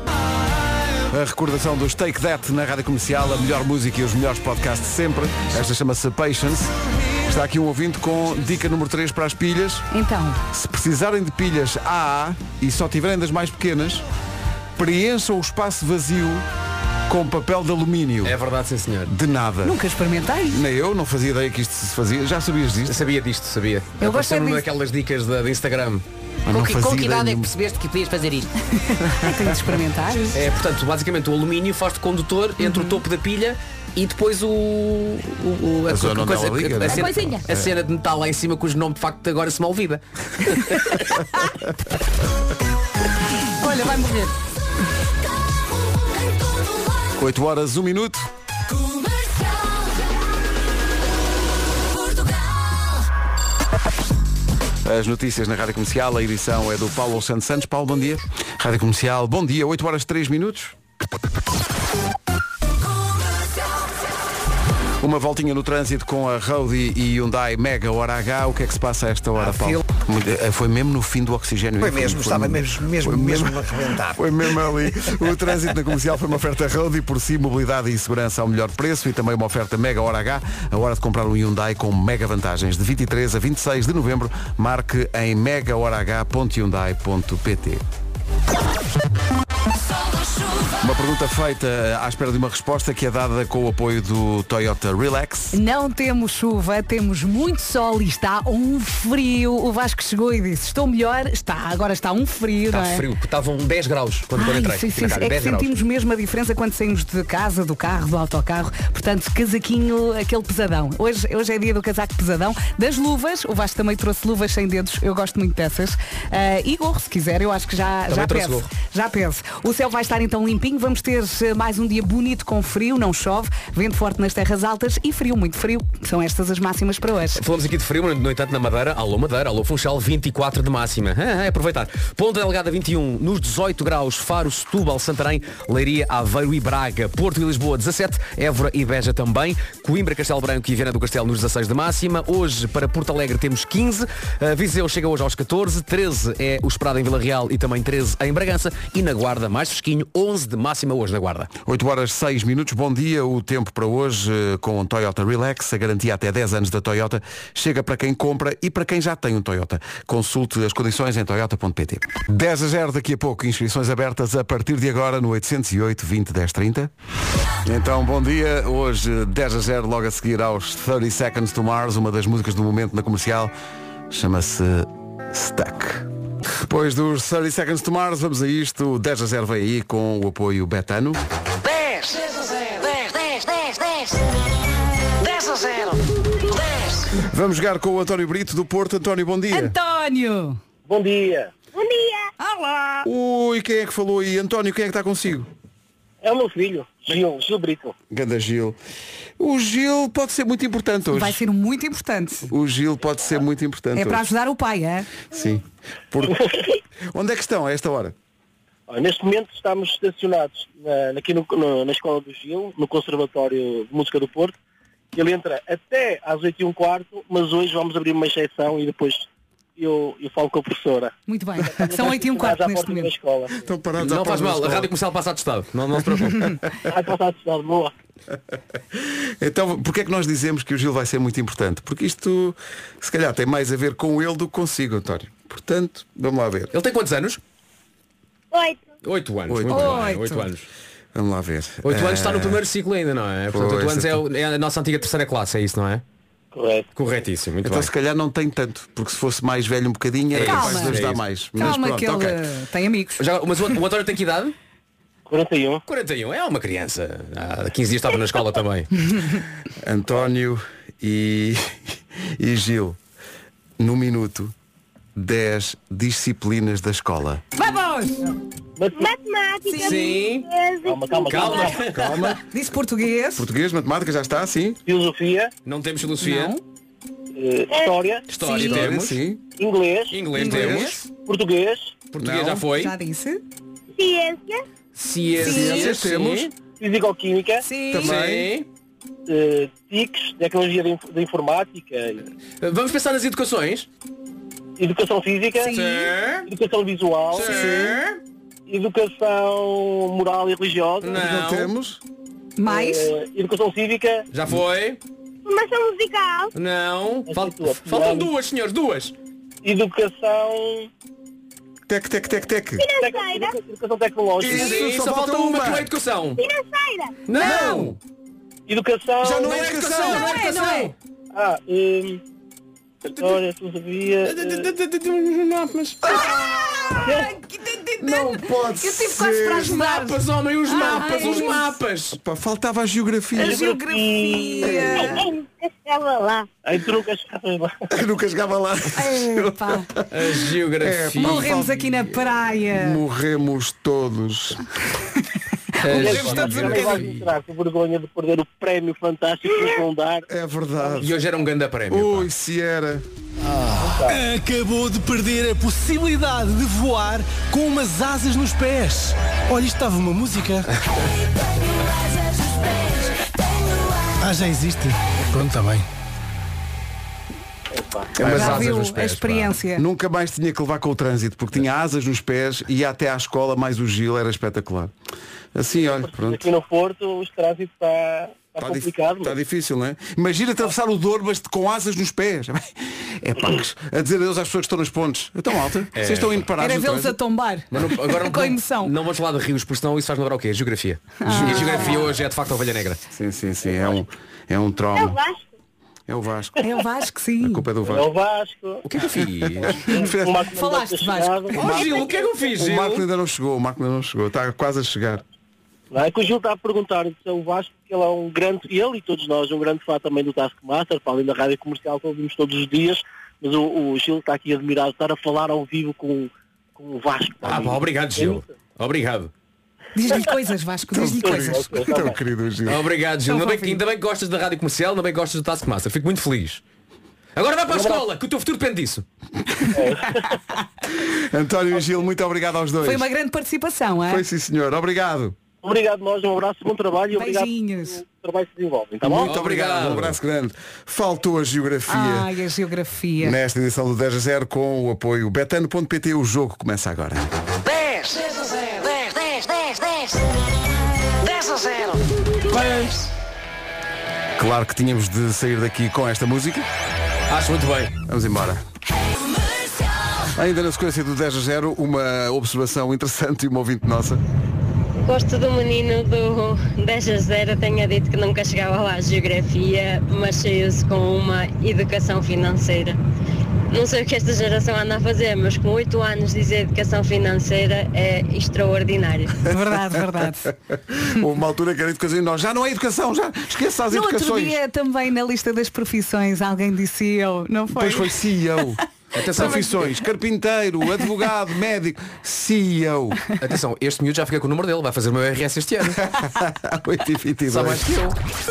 [SPEAKER 1] A recordação dos Take That na Rádio Comercial, a melhor música e os melhores podcasts de sempre. Esta chama-se Patience. Está aqui um ouvinte com dica número três para as pilhas.
[SPEAKER 3] Então,
[SPEAKER 1] Se precisarem de pilhas A A e só tiverem das mais pequenas, preencham o espaço vazio com papel de alumínio.
[SPEAKER 7] É verdade, sim senhor.
[SPEAKER 1] De nada.
[SPEAKER 3] nunca experimentei.
[SPEAKER 1] Nem eu, não fazia ideia que isto se fazia. Já sabias
[SPEAKER 7] Eu
[SPEAKER 1] disto?
[SPEAKER 7] sabia disto, sabia.
[SPEAKER 3] Eu
[SPEAKER 7] Apareceu-me
[SPEAKER 3] gostei disso.
[SPEAKER 7] daquelas dicas da- de Instagram.
[SPEAKER 1] Mas não
[SPEAKER 8] Com que,
[SPEAKER 1] fazia
[SPEAKER 8] com que
[SPEAKER 1] ideia
[SPEAKER 8] idade é que
[SPEAKER 1] nenhuma.
[SPEAKER 8] percebeste que podias fazer isto?
[SPEAKER 3] Tenho de experimentar.
[SPEAKER 7] É, portanto, basicamente o alumínio faz de condutor entre o topo da pilha e depois o, o, o-
[SPEAKER 1] A zona onde ela liga,
[SPEAKER 7] a,
[SPEAKER 1] não é?
[SPEAKER 7] cena,
[SPEAKER 8] A coisinha.
[SPEAKER 7] a cena de metal lá em cima cujo nome de facto agora se me olvida.
[SPEAKER 3] Olha, vai morrer.
[SPEAKER 1] oito horas, um minuto. As notícias na Rádio Comercial, a edição é do Paulo Santos Santos. Paulo, bom dia. Rádio Comercial, bom dia, oito horas, três minutos. Uma voltinha no trânsito com a Audi e Hyundai Mega Hora H. O que é que se passa a esta hora, Paulo? Muito- eh, Foi mesmo no fim do oxigênio.
[SPEAKER 2] Foi mesmo, estava mesmo, mesmo,
[SPEAKER 1] foi
[SPEAKER 2] mesmo a arrebentar.
[SPEAKER 1] Foi mesmo ali. O trânsito na comercial foi uma oferta Road e por si mobilidade e segurança ao melhor preço e também uma oferta Mega Hora H. A hora de comprar um Hyundai com mega vantagens. De vinte e três a vinte e seis de novembro, marque em mega hora h ponto hyundai ponto pt. Uma pergunta feita à espera de uma resposta que é dada com o apoio do Toyota Relax.
[SPEAKER 3] Não temos chuva, temos muito sol e está um frio. O Vasco chegou e disse, estou melhor. Está, agora está um frio,
[SPEAKER 7] Está
[SPEAKER 3] não é?
[SPEAKER 7] frio, estavam dez graus quando, quando
[SPEAKER 3] Ai,
[SPEAKER 7] entrei.
[SPEAKER 3] sim, sim,
[SPEAKER 7] Cara,
[SPEAKER 3] é que
[SPEAKER 7] dez graus.
[SPEAKER 3] sentimos mesmo a diferença quando saímos de casa, do carro, do autocarro. Portanto, casaquinho, aquele pesadão. Hoje, hoje é dia do casaco pesadão. Das luvas, o Vasco também trouxe luvas sem dedos. Eu gosto muito dessas. Uh, e gorro, se quiser, eu acho que já, já
[SPEAKER 7] trouxe
[SPEAKER 3] pese.
[SPEAKER 7] gorro.
[SPEAKER 3] Já pese. O céu vai estar então limpinho. Vamos ter uh, mais um dia bonito com frio, não chove, vento forte nas terras altas e frio, muito frio. São estas as máximas para hoje.
[SPEAKER 7] Falamos aqui de frio, mas, no entanto, na Madeira, alô Madeira, alô Funchal, vinte e quatro de máxima. Ah, é aproveitar. Ponta Delgada vinte e um, nos dezoito graus, Faro, Setúbal, Santarém, Leiria, Aveiro e Braga, Porto e Lisboa dezassete, Évora e Beja também, Coimbra, Castelo Branco e Viana do Castelo nos dezasseis de máxima. Hoje, para Porto Alegre, temos quinze, uh, Viseu chega hoje aos catorze, treze é o esperado em Vila Real e também treze em Bragança e na Guarda, mais fresquinho, onze de máxima hoje na Guarda.
[SPEAKER 1] oito horas seis minutos, bom dia. O tempo para hoje com o Toyota Relax, a garantia até dez anos da Toyota, chega para quem compra e para quem já tem um Toyota. Consulte as condições em toyota ponto pt. dez a zero daqui a pouco, inscrições abertas a partir de agora no oitocentos e oito, vinte, dez, trinta. Então, bom dia. Hoje dez a zero, logo a seguir aos thirty seconds to Mars, uma das músicas do momento na comercial, chama-se Stuck. Depois dos thirty seconds to Mars, vamos a isto. dez a zero vem aí com o apoio Betano.
[SPEAKER 8] dez, dez a zero, dez, dez, dez, dez, dez a zero, dez.
[SPEAKER 1] Vamos jogar com o António Brito do Porto. António, bom dia.
[SPEAKER 3] António!
[SPEAKER 9] Bom dia.
[SPEAKER 6] Bom dia.
[SPEAKER 3] Olá!
[SPEAKER 1] Ui, quem é que falou aí? António, quem é que está consigo?
[SPEAKER 9] É o meu filho, Gil, Gil Brito.
[SPEAKER 1] Ganda Gil. O Gil pode ser muito importante hoje.
[SPEAKER 3] Vai ser muito importante.
[SPEAKER 1] O Gil pode ser muito importante
[SPEAKER 3] É para
[SPEAKER 1] hoje.
[SPEAKER 3] ajudar o pai, é?
[SPEAKER 1] Sim. Porque... Onde é que estão a esta hora?
[SPEAKER 9] Olha, neste momento estamos estacionados na, aqui no, no, na escola do Gil, no Conservatório de Música do Porto. Ele entra até às oito e um quarto, mas hoje vamos abrir uma exceção e depois eu, eu falo com a professora.
[SPEAKER 3] Muito bem. São oito e um quarto
[SPEAKER 9] Já
[SPEAKER 3] neste
[SPEAKER 9] porta da
[SPEAKER 3] momento.
[SPEAKER 9] escola.
[SPEAKER 1] Estão parados à
[SPEAKER 7] Não faz
[SPEAKER 1] porta da
[SPEAKER 7] mal, a
[SPEAKER 1] escola.
[SPEAKER 7] Rádio Comercial passa a testado. Não, não se preocupe.
[SPEAKER 9] Vai passar de estado, boa.
[SPEAKER 1] Então, porque é que nós dizemos que o Gil vai ser muito importante? Porque isto, se calhar, tem mais a ver com ele do que consigo, António. Portanto, vamos lá ver.
[SPEAKER 7] Ele tem quantos anos?
[SPEAKER 6] Oito.
[SPEAKER 7] Oito anos.
[SPEAKER 1] Oito.
[SPEAKER 7] Muito bem,
[SPEAKER 3] Oito.
[SPEAKER 7] oito anos.
[SPEAKER 1] Vamos lá ver.
[SPEAKER 7] Oito
[SPEAKER 1] Eh,
[SPEAKER 7] anos está no primeiro ciclo ainda, não é? Portanto,
[SPEAKER 1] pois,
[SPEAKER 7] oito anos é,
[SPEAKER 1] então.
[SPEAKER 7] o- é a nossa antiga terceira classe, é isso, não é?
[SPEAKER 9] Correto.
[SPEAKER 7] Corretíssimo, muito
[SPEAKER 1] Então,
[SPEAKER 7] bem.
[SPEAKER 1] se calhar, não tem tanto. Porque se fosse mais velho um bocadinho, era
[SPEAKER 7] É
[SPEAKER 1] capaz
[SPEAKER 3] isso,
[SPEAKER 1] de
[SPEAKER 3] é
[SPEAKER 1] ajudar
[SPEAKER 7] isso.
[SPEAKER 1] mais. Mas
[SPEAKER 3] Calma
[SPEAKER 1] pronto,
[SPEAKER 3] que ele
[SPEAKER 1] ok.
[SPEAKER 3] uh, tem amigos.
[SPEAKER 7] Já, mas o, o António tem que idade?
[SPEAKER 9] quarenta e um.
[SPEAKER 7] quarenta e um, é uma criança. Há quinze dias estava na escola também.
[SPEAKER 1] António e, e Gil, no minuto, dez disciplinas da escola.
[SPEAKER 3] Vamos!
[SPEAKER 6] Matemática.
[SPEAKER 7] Sim.
[SPEAKER 6] português,
[SPEAKER 9] Calma, calma, calma.
[SPEAKER 7] Calma.
[SPEAKER 1] Calma.
[SPEAKER 3] Disse português.
[SPEAKER 1] Português, matemática, já está, sim.
[SPEAKER 9] Filosofia,
[SPEAKER 7] Não temos filosofia.
[SPEAKER 3] Não.
[SPEAKER 9] eh, história,
[SPEAKER 7] História
[SPEAKER 3] Sim.
[SPEAKER 7] temos.
[SPEAKER 1] Sim.
[SPEAKER 9] inglês,
[SPEAKER 7] Inglês,
[SPEAKER 3] Inglês.
[SPEAKER 7] temos.
[SPEAKER 9] português,
[SPEAKER 7] Português
[SPEAKER 1] Não.
[SPEAKER 7] já foi.
[SPEAKER 3] Já disse?
[SPEAKER 6] ciência.
[SPEAKER 7] Ciências,
[SPEAKER 1] Ciências temos.
[SPEAKER 7] sim.
[SPEAKER 9] físico-química,
[SPEAKER 3] Sim.
[SPEAKER 1] Também.
[SPEAKER 7] Sim.
[SPEAKER 9] eh, T I Cs, tecnologia da inf- da informática,
[SPEAKER 7] Vamos pensar nas educações.
[SPEAKER 9] educação física,
[SPEAKER 3] Sim.
[SPEAKER 9] educação visual,
[SPEAKER 7] Sim.
[SPEAKER 9] educação moral e religiosa,
[SPEAKER 1] Não
[SPEAKER 7] Não.
[SPEAKER 1] temos.
[SPEAKER 3] Mais?
[SPEAKER 9] eh, educação cívica,
[SPEAKER 7] Já foi.
[SPEAKER 6] Formação musical.
[SPEAKER 7] Não. Fal-
[SPEAKER 9] tua.
[SPEAKER 7] faltam duas, senhores, duas.
[SPEAKER 9] educação,
[SPEAKER 1] Tec, tec, tec, tec.
[SPEAKER 9] tec- educa- educação tecnológica,
[SPEAKER 1] Isso,
[SPEAKER 7] Sim,
[SPEAKER 1] só
[SPEAKER 7] só
[SPEAKER 1] falta
[SPEAKER 7] falta uma,
[SPEAKER 1] uma.
[SPEAKER 7] que não é educação.
[SPEAKER 6] Financeira.
[SPEAKER 7] Não.
[SPEAKER 9] educação,
[SPEAKER 1] Já não
[SPEAKER 7] Não
[SPEAKER 1] é
[SPEAKER 7] é educação,
[SPEAKER 1] educação.
[SPEAKER 7] não é
[SPEAKER 3] Não é, não é.
[SPEAKER 7] educação.
[SPEAKER 9] ah, eh, história, filosofia, eh,
[SPEAKER 1] Não pode
[SPEAKER 3] Eu tive quase
[SPEAKER 1] ser.
[SPEAKER 3] para
[SPEAKER 7] Os
[SPEAKER 3] ajudar.
[SPEAKER 7] mapas, homem, os mapas,
[SPEAKER 3] Ai.
[SPEAKER 7] os mapas.
[SPEAKER 1] Pá, faltava a geografia.
[SPEAKER 3] A geografia.
[SPEAKER 6] Ai, nunca chegava lá.
[SPEAKER 9] aí tu nunca chegaste lá.
[SPEAKER 1] Que nunca chegava lá.
[SPEAKER 3] Epá.
[SPEAKER 7] A geografia.
[SPEAKER 3] Morremos aqui na praia.
[SPEAKER 1] Morremos todos.
[SPEAKER 3] Morremos todos um
[SPEAKER 9] Não vais
[SPEAKER 3] bocadinho.
[SPEAKER 9] mostrar com vergonha de perder o prémio fantástico que nos vão dar.
[SPEAKER 1] É verdade.
[SPEAKER 7] E hoje era um grande prémio. pá.
[SPEAKER 1] Ui, se era.
[SPEAKER 10] Acabou de perder a possibilidade de voar com umas asas nos pés. Olha, isto estava uma música. Ah, já existe? Pronto, está bem.
[SPEAKER 1] É umas
[SPEAKER 3] Já
[SPEAKER 1] asas
[SPEAKER 3] viu
[SPEAKER 1] nos
[SPEAKER 3] a
[SPEAKER 1] pés, pá.
[SPEAKER 3] experiência.
[SPEAKER 1] Nunca mais tinha que levar com o trânsito, porque tinha asas nos pés e ia até à escola, mais o Gil, era espetacular. Assim, olha, pronto.
[SPEAKER 9] Aqui no Porto o trânsito está, Está
[SPEAKER 1] Está
[SPEAKER 9] complicado.
[SPEAKER 1] Está
[SPEAKER 9] mas-
[SPEAKER 1] difícil, não é? Imagina atravessar o Douro, mas com asas nos pés. É pá, a dizer adeus às pessoas que estão nas pontes. Então, alta,
[SPEAKER 7] É,
[SPEAKER 1] vocês estão indo parados
[SPEAKER 3] Era
[SPEAKER 1] no
[SPEAKER 3] vê-los a
[SPEAKER 1] trânsito.
[SPEAKER 3] tombar.
[SPEAKER 7] Mas não, agora não,
[SPEAKER 3] Com emoção.
[SPEAKER 7] não vamos falar de rios, porque senão isso faz lembrar o quê? Geografia.
[SPEAKER 3] Ah.
[SPEAKER 7] E a geografia hoje é de facto a ovelha negra.
[SPEAKER 1] Sim, sim, sim. É um, é um trauma.
[SPEAKER 6] É o Vasco.
[SPEAKER 1] É o Vasco.
[SPEAKER 3] É o Vasco, sim.
[SPEAKER 1] A culpa é do
[SPEAKER 9] É
[SPEAKER 1] Vasco.
[SPEAKER 9] o Vasco.
[SPEAKER 7] O que é que eu fiz?
[SPEAKER 9] O Marco não
[SPEAKER 3] Falaste,
[SPEAKER 9] deve ter
[SPEAKER 3] Vasco.
[SPEAKER 9] chegado.
[SPEAKER 7] Oh, Gil, o que é que eu fiz,
[SPEAKER 1] O
[SPEAKER 7] Gil?
[SPEAKER 1] Marco ainda não chegou, o Marco ainda não chegou. Está quase a chegar.
[SPEAKER 9] Não é que o Gil está a perguntar se é o Vasco, que ele é um grande, ele e todos nós, um grande fã também do Taskmaster, para além da rádio comercial que ouvimos todos os dias, mas o, o Gil está aqui admirado de estar a falar ao vivo com, com o Vasco.
[SPEAKER 7] Ah, pá, obrigado, Gil. Obrigado.
[SPEAKER 3] Diz-lhe coisas, Vasco, diz-lhe coisas.
[SPEAKER 1] Tão querido, Gil.
[SPEAKER 7] Obrigado, Gil.
[SPEAKER 3] Tão
[SPEAKER 7] Ainda bem, que,
[SPEAKER 3] fofinho.
[SPEAKER 7] ainda bem que gostas da rádio comercial, ainda bem que gostas do Taskmaster. Fico muito feliz. Agora vai para a escola, que o teu futuro depende disso.
[SPEAKER 1] António e Gil, muito obrigado aos dois.
[SPEAKER 3] Foi uma grande participação, é?
[SPEAKER 1] Foi sim, senhor. Obrigado.
[SPEAKER 9] Obrigado nós, um abraço, bom trabalho e obrigado
[SPEAKER 3] Beijinhos.
[SPEAKER 9] pelo trabalho que se desenvolvem, tá bom?
[SPEAKER 1] Muito obrigado.
[SPEAKER 7] Obrigado.
[SPEAKER 1] Um abraço grande. Faltou a geografia.
[SPEAKER 3] Ai, a geografia.
[SPEAKER 1] Nesta edição do dez a zero com o apoio betano ponto pt. O jogo começa agora.
[SPEAKER 8] dez, dez a zero, dez, dez, dez, dez. dez a zero. dez.
[SPEAKER 1] Claro que tínhamos de sair daqui com esta música.
[SPEAKER 7] Acho muito bem.
[SPEAKER 1] Vamos embora. Ainda na sequência do dez a zero, uma observação interessante e uma ouvinte nossa.
[SPEAKER 11] Gosto do menino do dez a zero, tenha dito que nunca chegava lá a geografia, mas saiu-se com uma educação financeira. Não sei o que esta geração anda a fazer, mas com oito anos dizer educação financeira é extraordinário.
[SPEAKER 3] Verdade, verdade.
[SPEAKER 1] Houve uma altura que era educação e nós já não é educação, já esqueça as
[SPEAKER 3] No outro
[SPEAKER 1] educações.
[SPEAKER 3] dia também na lista das profissões alguém disse eu, não foi?
[SPEAKER 1] Depois foi C E O. Atenção, profissões, carpinteiro, advogado, médico, C E O.
[SPEAKER 7] Atenção, este miúdo já fica com o número dele, vai fazer o meu R S este ano.
[SPEAKER 1] oito e vinte e
[SPEAKER 7] Só mais
[SPEAKER 1] dois.
[SPEAKER 7] que eu.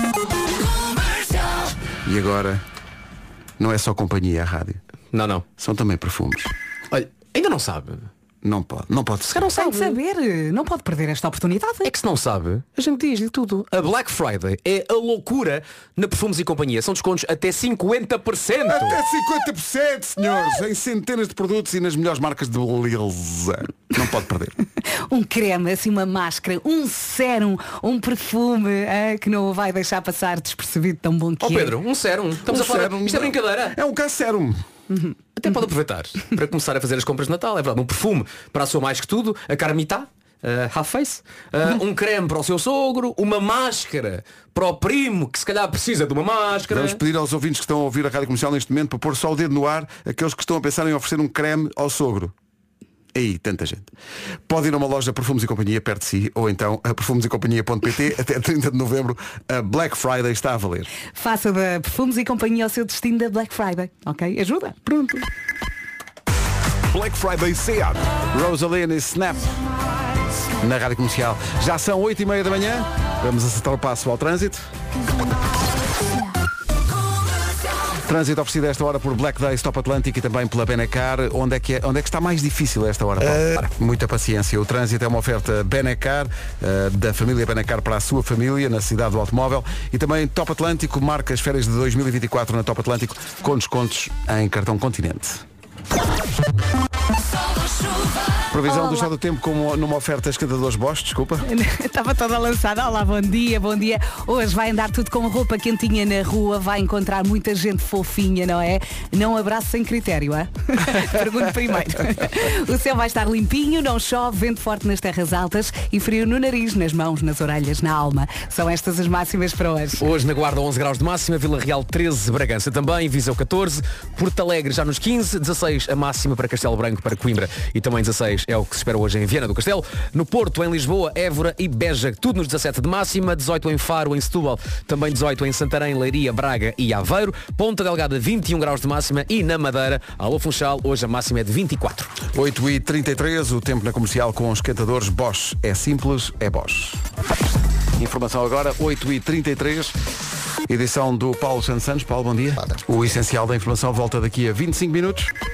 [SPEAKER 1] E agora, não é só companhia a rádio.
[SPEAKER 7] Não, não.
[SPEAKER 1] São também perfumes.
[SPEAKER 7] Olha, ainda não sabe.
[SPEAKER 1] Não pode, não pode ser.
[SPEAKER 7] Não
[SPEAKER 3] Tem de
[SPEAKER 7] sabe.
[SPEAKER 3] saber, não pode perder esta oportunidade.
[SPEAKER 7] É que se não sabe, a gente diz-lhe tudo. A Black Friday é a loucura na Perfumes e Companhia. São descontos até cinquenta por cento.
[SPEAKER 1] Até cinquenta por cento, senhores, em centenas de produtos e nas melhores marcas de beleza. Não pode perder.
[SPEAKER 3] Um creme, assim uma máscara, um sérum, um perfume ah, que não o vai deixar passar despercebido tão bom que
[SPEAKER 7] Ó
[SPEAKER 3] é.
[SPEAKER 7] Pedro, um sérum. Estamos
[SPEAKER 1] Um
[SPEAKER 7] a falar.
[SPEAKER 1] sérum.
[SPEAKER 7] Isto é brincadeira.
[SPEAKER 1] É um caso sérum.
[SPEAKER 7] Até pode aproveitar para começar a fazer as compras de Natal. É verdade. Um perfume para a sua mais que tudo, a Carmitá, uh, Half Face, uh, um creme para o seu sogro, uma máscara para o primo que se calhar precisa de uma máscara.
[SPEAKER 1] Vamos pedir aos ouvintes que estão a ouvir a rádio comercial neste momento para pôr só o dedo no ar, aqueles que estão a pensar em oferecer um creme ao sogro. Aí, tanta gente. Pode ir a uma loja Perfumes e Companhia perto de si, ou então a perfumes e companhia ponto pt. Até trinta de novembro a Black Friday está a valer.
[SPEAKER 3] Faça da Perfumes e Companhia o seu destino da Black Friday. Ok? Ajuda? Pronto.
[SPEAKER 4] Black Friday Seat.
[SPEAKER 1] Rosaline e Snap na rádio comercial. Já são oito e meia da manhã. Vamos acertar o passo ao trânsito. Trânsito oferecido a esta hora por Black Day Stop Atlântico e também pela Benacar. Onde é que, é, onde é que está mais difícil a esta hora, Paulo? Uh... Muita paciência. O trânsito é uma oferta Benacar, uh, da família Benacar para a sua família, na cidade do automóvel. E também Top Atlântico, marca as férias de dois mil e vinte e quatro na Top Atlântico, com descontos em cartão Continente. Previsão
[SPEAKER 3] Olá.
[SPEAKER 1] do estado do tempo como numa oferta escandadores Bosch, desculpa.
[SPEAKER 3] Estava toda lançada. Olá, bom dia, bom dia. Hoje vai andar tudo com roupa quentinha na rua, vai encontrar muita gente fofinha, não é? Não abraço sem critério, é? Pergunto primeiro. O céu vai estar limpinho, não chove, vento forte nas terras altas e frio no nariz, nas mãos, nas orelhas, na alma. São estas as máximas para hoje.
[SPEAKER 7] Hoje na Guarda onze graus de máxima, Vila Real treze, Bragança também, Viseu catorze, Porto Alegre já nos quinze, dezasseis a máxima para Castelo Branco, para Coimbra e também dezasseis é o que se espera hoje em Viana do Castelo. No Porto, em Lisboa, Évora e Beja, tudo nos dezassete de máxima, dezoito em Faro, em Setúbal, também dezoito em Santarém, Leiria, Braga e Aveiro, Ponta Delgada vinte e um graus de máxima e na Madeira, Alô Funchal, hoje a máxima é de vinte e quatro.
[SPEAKER 1] oito e trinta e três, o tempo na comercial com os esquentadores Bosch. É simples, é Bosch. Informação agora, oito e trinta e três. Edição do Paulo Santos Santos. Paulo, bom dia. O essencial da informação volta daqui a vinte e cinco minutos.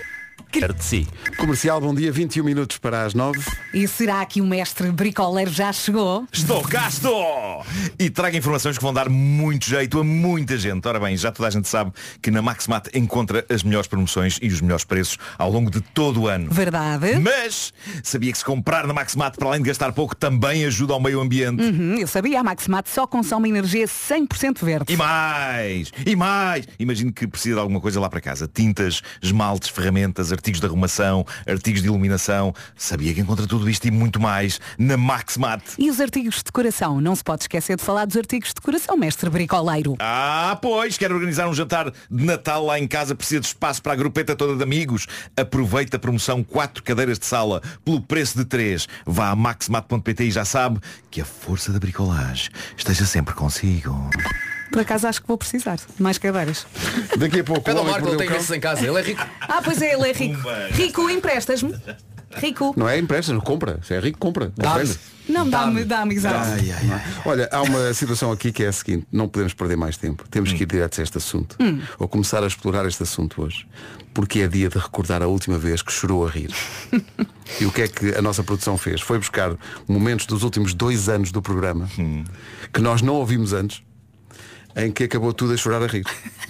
[SPEAKER 12] Quer de si.
[SPEAKER 1] Comercial, bom dia, vinte e um minutos para as nove.
[SPEAKER 3] E será que o mestre bricoleiro já chegou?
[SPEAKER 12] Estou, cá estou! E trago informações que vão dar muito jeito a muita gente. Ora bem, já toda a gente sabe que na Maxmat encontra as melhores promoções e os melhores preços ao longo de todo o ano.
[SPEAKER 3] Verdade.
[SPEAKER 12] Mas sabia que se comprar na Maxmat, para além de gastar pouco, também ajuda ao meio ambiente.
[SPEAKER 3] Uhum, eu sabia, a Maxmat só consome energia cem por cento verde.
[SPEAKER 12] E mais! E mais! Imagino que precisa de alguma coisa lá para casa. Tintas, esmaltes, ferramentas, artigos de arrumação, artigos de iluminação. Sabia que encontra tudo isto e muito mais na Maxmat.
[SPEAKER 3] E os artigos de decoração? Não se pode esquecer de falar dos artigos de decoração, mestre bricoleiro.
[SPEAKER 12] Ah, pois, quero organizar um jantar de Natal lá em casa, precisa de espaço para a grupeta toda de amigos. Aproveita a promoção quatro cadeiras de sala pelo preço de três. Vá a maxmat ponto pt e já sabe que a força da bricolagem esteja sempre consigo.
[SPEAKER 3] Por acaso acho que vou precisar de mais cadeiras.
[SPEAKER 1] Daqui a pouco.
[SPEAKER 7] Pede ao Marco, ele tem esses em casa, ele é rico.
[SPEAKER 3] Ah, pois é, ele é rico. Rico, emprestas-me. Rico.
[SPEAKER 1] Não é empresta, não compra. Se é rico, compra.
[SPEAKER 7] Dá-me.
[SPEAKER 3] Não, dá-me, dá-me, exato.
[SPEAKER 1] Ai, ai, ai. Olha, há uma situação aqui que é a seguinte. Não podemos perder mais tempo. Temos que ir direto a este assunto.
[SPEAKER 3] Hum.
[SPEAKER 1] Ou começar a explorar este assunto hoje. Porque é dia de recordar a última vez que chorou a rir. E o que é que a nossa produção fez? Foi buscar momentos dos últimos dois anos do programa hum. que nós não ouvimos antes, em que acabou tudo a chorar a rir.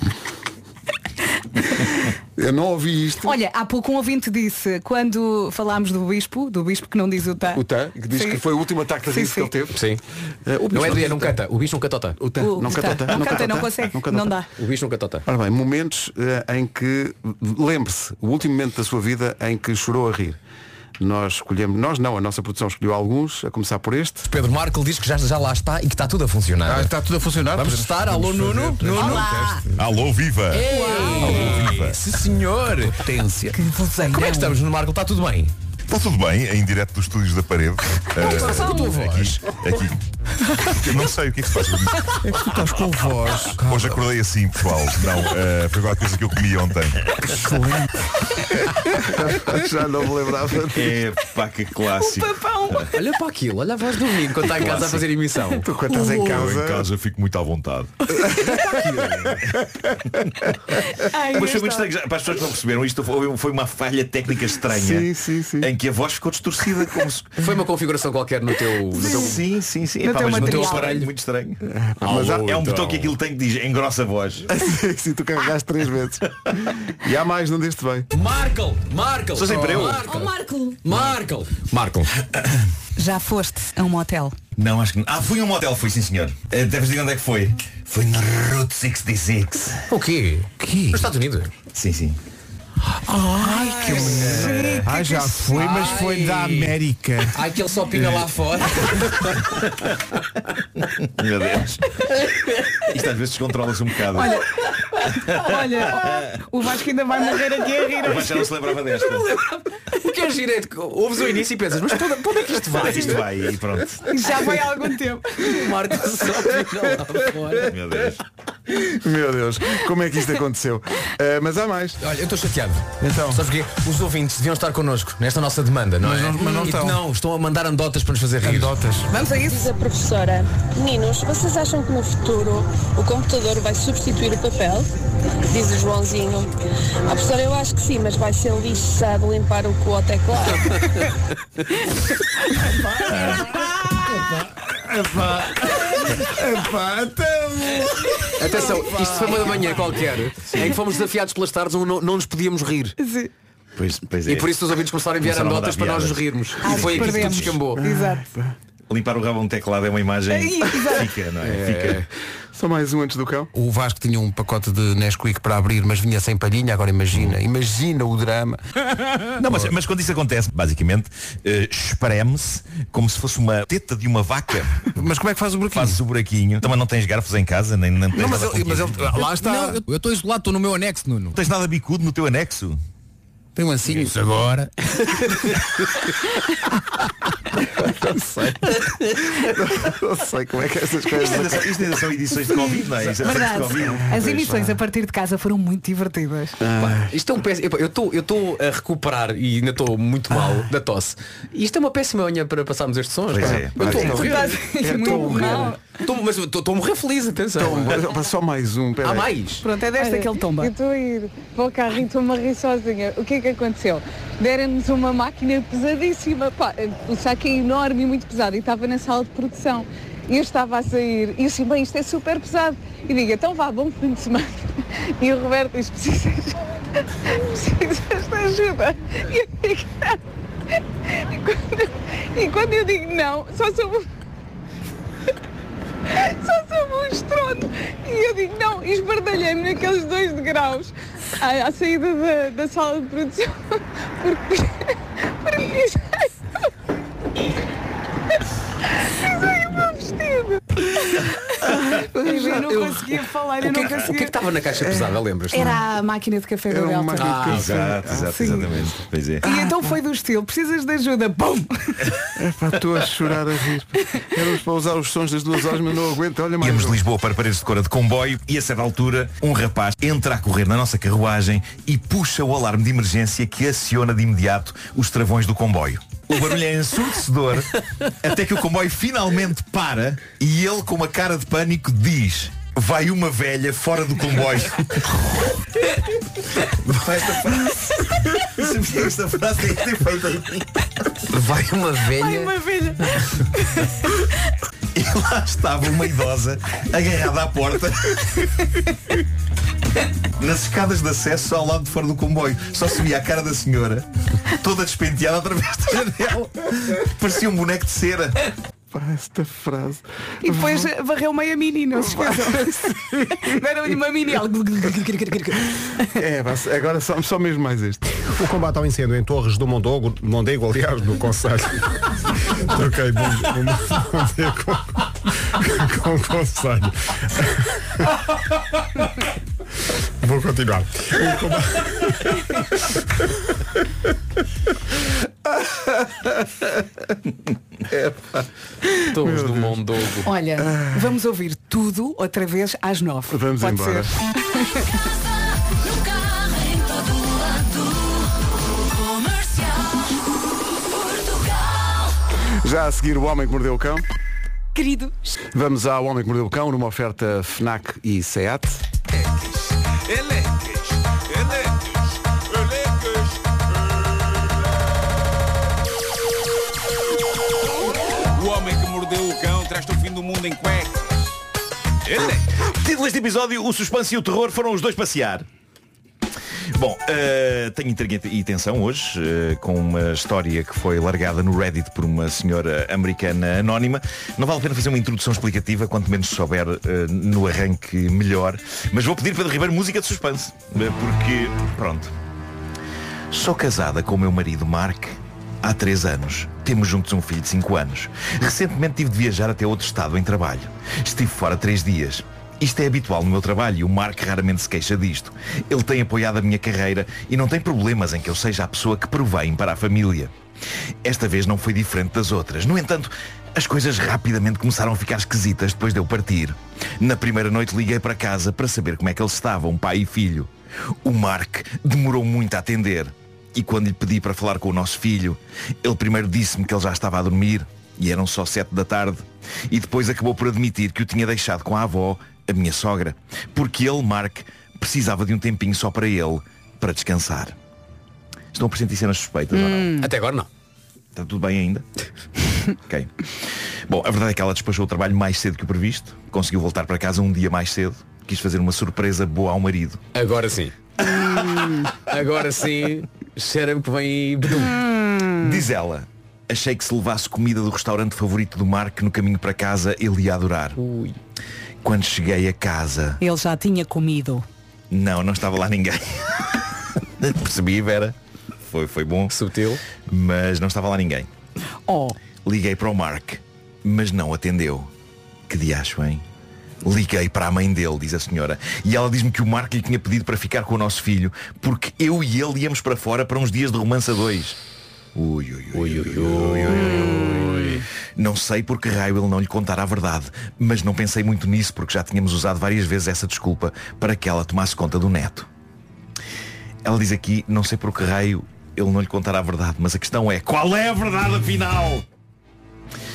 [SPEAKER 1] Eu não ouvi isto.
[SPEAKER 3] Olha, há pouco um ouvinte disse, quando falámos do bispo, do bispo que não diz o tá.
[SPEAKER 1] O tá, que diz
[SPEAKER 3] sim.
[SPEAKER 1] que foi o último ataque de riso que ele teve.
[SPEAKER 7] Sim.
[SPEAKER 1] Uh, o
[SPEAKER 7] não é dia, não canta. O bicho não canta o tá.
[SPEAKER 1] O tá.
[SPEAKER 3] O
[SPEAKER 1] Não canta o tá.
[SPEAKER 3] Não canta, não consegue.
[SPEAKER 1] Não,
[SPEAKER 3] não dá.
[SPEAKER 7] O bicho não canta o tá.
[SPEAKER 1] Ora bem, momentos uh, em que, lembre-se, o último momento da sua vida em que chorou a rir. Nós escolhemos, nós não, a nossa produção escolheu alguns, a começar por este.
[SPEAKER 13] Pedro Marco diz que já, já lá está e que está tudo a funcionar.
[SPEAKER 1] Ah, está tudo a funcionar.
[SPEAKER 13] Vamos testar. Alô, Nuno. Nuno.
[SPEAKER 12] Olá. Alô, viva.
[SPEAKER 13] Ei.
[SPEAKER 12] Alô, viva.
[SPEAKER 13] Sim, senhor.
[SPEAKER 1] Potência.
[SPEAKER 13] Que Como é que estamos, Nuno Marco? Está tudo bem?
[SPEAKER 14] Está tudo bem, em direto dos estúdios da parede.
[SPEAKER 13] Uh, a tua voz?
[SPEAKER 14] Aqui, aqui. Eu não sei o que é que se faz.
[SPEAKER 1] É que tu estás com voz.
[SPEAKER 14] Hoje acordei assim, pessoal. Não, uh, foi qualquer coisa que eu comi ontem.
[SPEAKER 1] Já não me lembrava.
[SPEAKER 12] É pá, que clássico.
[SPEAKER 3] O papão.
[SPEAKER 7] Olha para aquilo, olha a voz do menino quando está em casa a fazer emissão.
[SPEAKER 1] Tu quando estás em casa.
[SPEAKER 14] Eu em casa fico muito à vontade.
[SPEAKER 3] Ai,
[SPEAKER 12] Mas foi muito estranho, para as pessoas que não perceberam, isto foi, foi uma falha técnica estranha.
[SPEAKER 1] Sim, sim, sim.
[SPEAKER 12] Em que a voz ficou distorcida como se...
[SPEAKER 7] Foi uma configuração qualquer no teu, no teu...
[SPEAKER 12] Sim, sim, sim.
[SPEAKER 3] No
[SPEAKER 12] Epá,
[SPEAKER 3] teu
[SPEAKER 12] mas no teu
[SPEAKER 3] material.
[SPEAKER 12] aparelho muito estranho.
[SPEAKER 1] Mas há-
[SPEAKER 12] é um
[SPEAKER 7] então.
[SPEAKER 12] botão que aquilo tem que diz engrossa a voz.
[SPEAKER 1] Sim, tu carregaste três vezes. E há mais, não deste bem.
[SPEAKER 7] Marco! Marco!
[SPEAKER 12] Sou sempre eu.
[SPEAKER 3] Oh, Marco.
[SPEAKER 7] Marco! Marco!
[SPEAKER 3] Já foste a um motel?
[SPEAKER 12] Não, acho que não. Ah, fui a um motel, fui sim senhor. Uh, deves dizer onde é que foi? Foi na Route sessenta e seis.
[SPEAKER 7] O quê? Que? Nos Estados Unidos?
[SPEAKER 12] Sim, sim.
[SPEAKER 13] Ai, que mulher.
[SPEAKER 1] Ah, já foi, mas foi da América.
[SPEAKER 7] Ai, que ele só pinga lá fora.
[SPEAKER 12] Meu Deus. Isto às vezes descontrola-se um bocado.
[SPEAKER 3] Olha, olha, o Vasco ainda vai morrer aqui a rir.
[SPEAKER 12] Mas já não se lembrava desta.
[SPEAKER 7] O que é giro é que ouves o início e pensas, mas para onde é que isto
[SPEAKER 12] Onde
[SPEAKER 7] vai?
[SPEAKER 12] é que isto vai? E pronto.
[SPEAKER 3] Já vai há algum tempo.
[SPEAKER 7] O Marco só pinga lá fora.
[SPEAKER 12] Meu Deus.
[SPEAKER 1] Meu Deus, como é que isto aconteceu? Uh, mas há mais.
[SPEAKER 13] Olha, eu estou chateado.
[SPEAKER 1] Então.
[SPEAKER 13] Sabes porquê? Os ouvintes deviam estar connosco nesta nossa demanda, não
[SPEAKER 1] Mas
[SPEAKER 13] é?
[SPEAKER 1] não- mas não
[SPEAKER 13] E
[SPEAKER 1] estão.
[SPEAKER 13] Não, estão a mandar anedotas para nos fazer rir.
[SPEAKER 1] Anedotas.
[SPEAKER 3] Vamos a
[SPEAKER 11] Diz
[SPEAKER 3] isso?
[SPEAKER 11] a professora: meninos, vocês acham que no futuro o computador vai substituir o papel? Diz o Joãozinho. A professora: eu acho que sim, mas vai ser lixado limpar o cu ao teclado.
[SPEAKER 1] Epá, então.
[SPEAKER 7] Atenção, isto foi uma da manhã qualquer em que fomos desafiados pelas tardes onde não, não nos podíamos rir.
[SPEAKER 12] Pois, pois é.
[SPEAKER 7] E por isso os ouvintes começaram a enviar
[SPEAKER 12] Começaram a
[SPEAKER 7] anedotas
[SPEAKER 12] mandar
[SPEAKER 7] para nós nos
[SPEAKER 12] piadas.
[SPEAKER 7] rirmos.
[SPEAKER 3] Ai,
[SPEAKER 7] E foi aqui que tudo
[SPEAKER 3] perdemos.
[SPEAKER 7] descambou.
[SPEAKER 3] Exato.
[SPEAKER 12] Limpar o rabo a um teclado é uma imagem. Fica, não é? Fica.
[SPEAKER 1] Só mais um antes do cão.
[SPEAKER 13] O Vasco tinha um pacote de Nesquik para abrir, mas vinha sem palhinha. Agora imagina, imagina o drama.
[SPEAKER 12] Não, mas, mas quando isso acontece, basicamente, uh, espreme-se como se fosse uma teta de uma vaca.
[SPEAKER 13] Mas como é que faz o buraquinho?
[SPEAKER 12] Fazes o buraquinho. Também não tens garfos em casa, nem, nem tens
[SPEAKER 13] Não, mas
[SPEAKER 12] nada
[SPEAKER 13] ele,
[SPEAKER 12] com
[SPEAKER 13] mas
[SPEAKER 12] que-
[SPEAKER 13] ele, lá está. Não, eu estou isolado, estou no meu anexo, Nuno.
[SPEAKER 12] Não tens nada bicudo no teu anexo?
[SPEAKER 13] Tem um ancinho. Isso agora.
[SPEAKER 1] Não sei. Não sei como é que essas coisas.
[SPEAKER 12] Isto ainda, são, isto ainda são edições de Covid, não é? Isto é edições de
[SPEAKER 3] Verdade.
[SPEAKER 12] Covid.
[SPEAKER 3] As emissões a partir de casa foram muito divertidas.
[SPEAKER 7] Pá, isto é um péssimo. Eu estou eu estou a recuperar e ainda estou muito mal da tosse. E isto é uma péssima manhã para passarmos estes sons.
[SPEAKER 12] Pois
[SPEAKER 7] pá.
[SPEAKER 12] é.
[SPEAKER 7] Eu estou a
[SPEAKER 3] Tu
[SPEAKER 7] morrer.
[SPEAKER 3] estás
[SPEAKER 1] É
[SPEAKER 3] muito
[SPEAKER 1] tão
[SPEAKER 3] mal.
[SPEAKER 1] horrível.
[SPEAKER 7] Tô, mas estou a morrer feliz, atenção.
[SPEAKER 1] Então, só mais um.
[SPEAKER 7] Há mais?
[SPEAKER 3] Pronto, é desta
[SPEAKER 15] Olha,
[SPEAKER 3] que ele tomba.
[SPEAKER 15] Eu estou a ir para o carro e estou-me a rir sozinha. O que é que aconteceu? Deram-nos uma máquina pesadíssima. Pá, o saco é enorme e muito pesado. E estava na sala de produção. E eu estava a sair. E eu disse, bem, isto é super pesado. E digo, então vá, bom fim de semana. E o Roberto diz, precisas, precisas de ajuda. E eu digo, não. E quando, e quando eu digo não, só sou só soube um estrondo. E eu digo não, e esbardalhei-me naqueles dois degraus à, à saída da, da sala de produção. Porque porque pisei pisei o meu vestido.
[SPEAKER 3] Eu não conseguia falar, eu
[SPEAKER 7] O que,
[SPEAKER 3] não
[SPEAKER 7] é que-
[SPEAKER 3] conseguia.
[SPEAKER 7] o que é que estava na caixa pesada, lembras?
[SPEAKER 3] Era a máquina de café da Delta.
[SPEAKER 7] Ah,
[SPEAKER 12] Exato, exato,
[SPEAKER 3] Sim.
[SPEAKER 12] exatamente. Pois é.
[SPEAKER 3] E então foi do estilo, precisas de ajuda, bum!
[SPEAKER 1] É pá, estou a chorar a rir. Éramos para usar os sons das duas horas, mas não aguento. Olha mais.
[SPEAKER 12] Íamos de Lisboa para Paredes de Cora de comboio e a certa altura um rapaz entra a correr na nossa carruagem e puxa o alarme de emergência que aciona de imediato os travões do comboio. O barulho é ensurdecedor até que o comboio finalmente para e ele com uma cara de pânico diz: vai uma velha fora do comboio. Esta frase, sabia, esta frase tem que ter feito aí.
[SPEAKER 7] Vai uma velha.
[SPEAKER 3] Ai, uma velha.
[SPEAKER 12] E lá estava uma idosa agarrada à porta nas escadas de acesso ao lado de fora do comboio. Só se via a cara da senhora toda despenteada através da janela. Parecia um boneco de cera.
[SPEAKER 1] Pá, esta frase.
[SPEAKER 3] E depois varreu meia mini, não se esqueçam. Deram-lhe uma mini.
[SPEAKER 1] É, pá, agora só, só mesmo mais este.
[SPEAKER 16] O combate ao incêndio em Torres do Mondego, Mondego, aliás, do Conselho. Ok, do, do Mondego com, com o Conselho. Vou continuar. O combate...
[SPEAKER 1] É, pá.
[SPEAKER 7] Torres do Mondogo.
[SPEAKER 3] Olha, vamos ouvir tudo outra vez às nove.
[SPEAKER 1] Vamos
[SPEAKER 3] Pode
[SPEAKER 1] embora.
[SPEAKER 3] ser.
[SPEAKER 1] Já a seguir, o Homem que Mordeu o Cão.
[SPEAKER 3] Querido.
[SPEAKER 1] Vamos ao Homem que Mordeu o Cão numa oferta FNAC e SEAT.
[SPEAKER 17] O Homem que Mordeu o Cão traz-te o fim do mundo em cuecas.
[SPEAKER 12] Título deste episódio: o suspense e o terror foram os dois passear. Bom, uh, tenho intriga e tensão hoje uh, com uma história que foi largada no Reddit por uma senhora americana anónima. Não vale a pena fazer uma introdução explicativa, quanto menos souber uh, no arranque melhor. Mas vou pedir Pedro Ribeiro música de suspense, uh, porque, pronto. Sou casada com o meu marido Mark há três anos. Temos juntos um filho de cinco anos. Recentemente tive de viajar até outro estado em trabalho. Estive fora três dias. Isto é habitual no meu trabalho e o Mark raramente se queixa disto. Ele tem apoiado a minha carreira e não tem problemas em que eu seja a pessoa que provém para a família. Esta vez não foi diferente das outras. No entanto, as coisas rapidamente começaram a ficar esquisitas depois de eu partir. Na primeira noite liguei para casa para saber como é que eles estavam, pai e filho. O Mark demorou muito a atender. E quando lhe pedi para falar com o nosso filho, ele primeiro disse-me que ele já estava a dormir e eram só sete da tarde. E depois acabou por admitir que o tinha deixado com a avó, a minha sogra, porque ele, Mark, precisava de um tempinho só para ele, para descansar. Estão a pressentir cenas suspeitas ou não?
[SPEAKER 7] Até agora não.
[SPEAKER 12] Está tudo bem ainda? Ok. Bom, a verdade é que ela despachou o trabalho mais cedo que o previsto. Conseguiu voltar para casa um dia mais cedo. Quis fazer uma surpresa boa ao marido.
[SPEAKER 7] Agora sim. Agora sim. Cheira-me que vem.
[SPEAKER 12] Diz ela: achei que se levasse comida do restaurante favorito do Mark no caminho para casa, ele ia adorar.
[SPEAKER 7] Ui.
[SPEAKER 12] Quando cheguei a casa,
[SPEAKER 3] Ele já tinha comido.
[SPEAKER 12] não, não estava lá ninguém. Percebi, Vera. Foi, foi bom.
[SPEAKER 7] Subtil.
[SPEAKER 12] Mas não estava lá ninguém.
[SPEAKER 3] Oh.
[SPEAKER 12] Liguei para o Mark, mas não atendeu. Que diacho, hein? Liguei para a mãe dele, diz a senhora, e ela diz-me que o Mark lhe tinha pedido para ficar com o nosso filho, porque eu e ele íamos para fora para uns dias de romance a dois. Ui, ui, ui, ui, ui, ui, ui. Não sei por que raio ele não lhe contara a verdade, mas não pensei muito nisso porque já tínhamos usado várias vezes essa desculpa para que ela tomasse conta do neto. Ela diz aqui: não sei por que raio ele não lhe contará a verdade, mas a questão é: qual é a verdade afinal?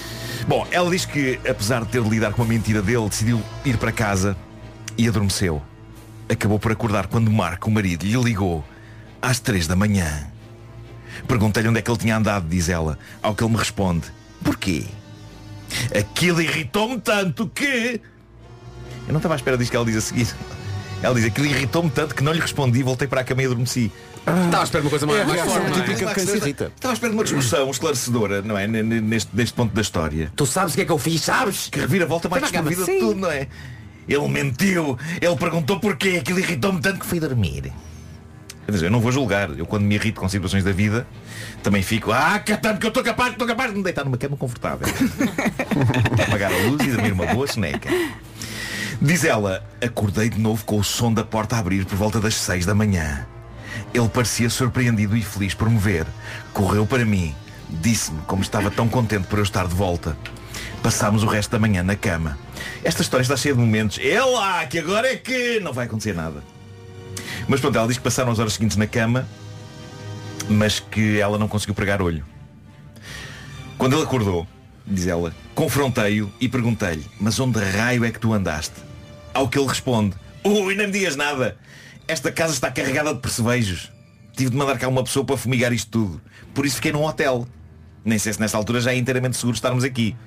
[SPEAKER 12] Bom, ela diz que, apesar de ter de lidar com a mentira dele, decidiu ir para casa e adormeceu. Acabou por acordar quando Marco, o marido, lhe ligou às três da manhã. Perguntei-lhe onde é que ele tinha andado, diz ela, ao que ele me responde: porquê? Aquilo irritou-me tanto que... Eu não estava à espera disto que ela diz a seguir. Ela diz: aquilo irritou-me tanto que não lhe respondi, voltei para a cama e adormeci.
[SPEAKER 7] Estava à espera de uma coisa mais,
[SPEAKER 12] É,
[SPEAKER 7] mais
[SPEAKER 12] é,
[SPEAKER 7] forte,
[SPEAKER 12] é,
[SPEAKER 7] não é?
[SPEAKER 12] típica de quem se irrita. Estava à espera de uma discussão esclarecedora, não é? Neste, neste ponto da história.
[SPEAKER 7] Tu sabes o que é que eu fiz, sabes?
[SPEAKER 12] Que revira-volta mais desprovidida de tudo, não é? Ele mentiu, ele perguntou porquê, aquilo irritou-me tanto que fui dormir. Quer dizer, eu não vou julgar. Eu, quando me irrito com situações da vida, também fico: ah, que tanto que eu estou capaz, estou capaz de me deitar numa cama confortável. Apagar a luz e dormir uma boa soneca. Diz ela: acordei de novo com o som da porta a abrir por volta das seis da manhã. Ele parecia surpreendido e feliz por me ver. Correu para mim, disse-me como estava tão contente por eu estar de volta. Passámos o resto da manhã na cama. Esta história está cheia de momentos. É lá, que agora é que não vai acontecer nada. Mas pronto, ela diz que passaram as horas seguintes na cama, mas que ela não conseguiu pregar olho. Quando ele acordou, diz ela, confrontei-o e perguntei-lhe: mas onde raio é que tu andaste? Ao que ele responde: ui, nem me digas nada. Esta casa está carregada de percevejos. Tive de mandar cá uma pessoa para fumigar isto tudo. Por isso fiquei num hotel. Nem sei se nesta altura já é inteiramente seguro estarmos aqui.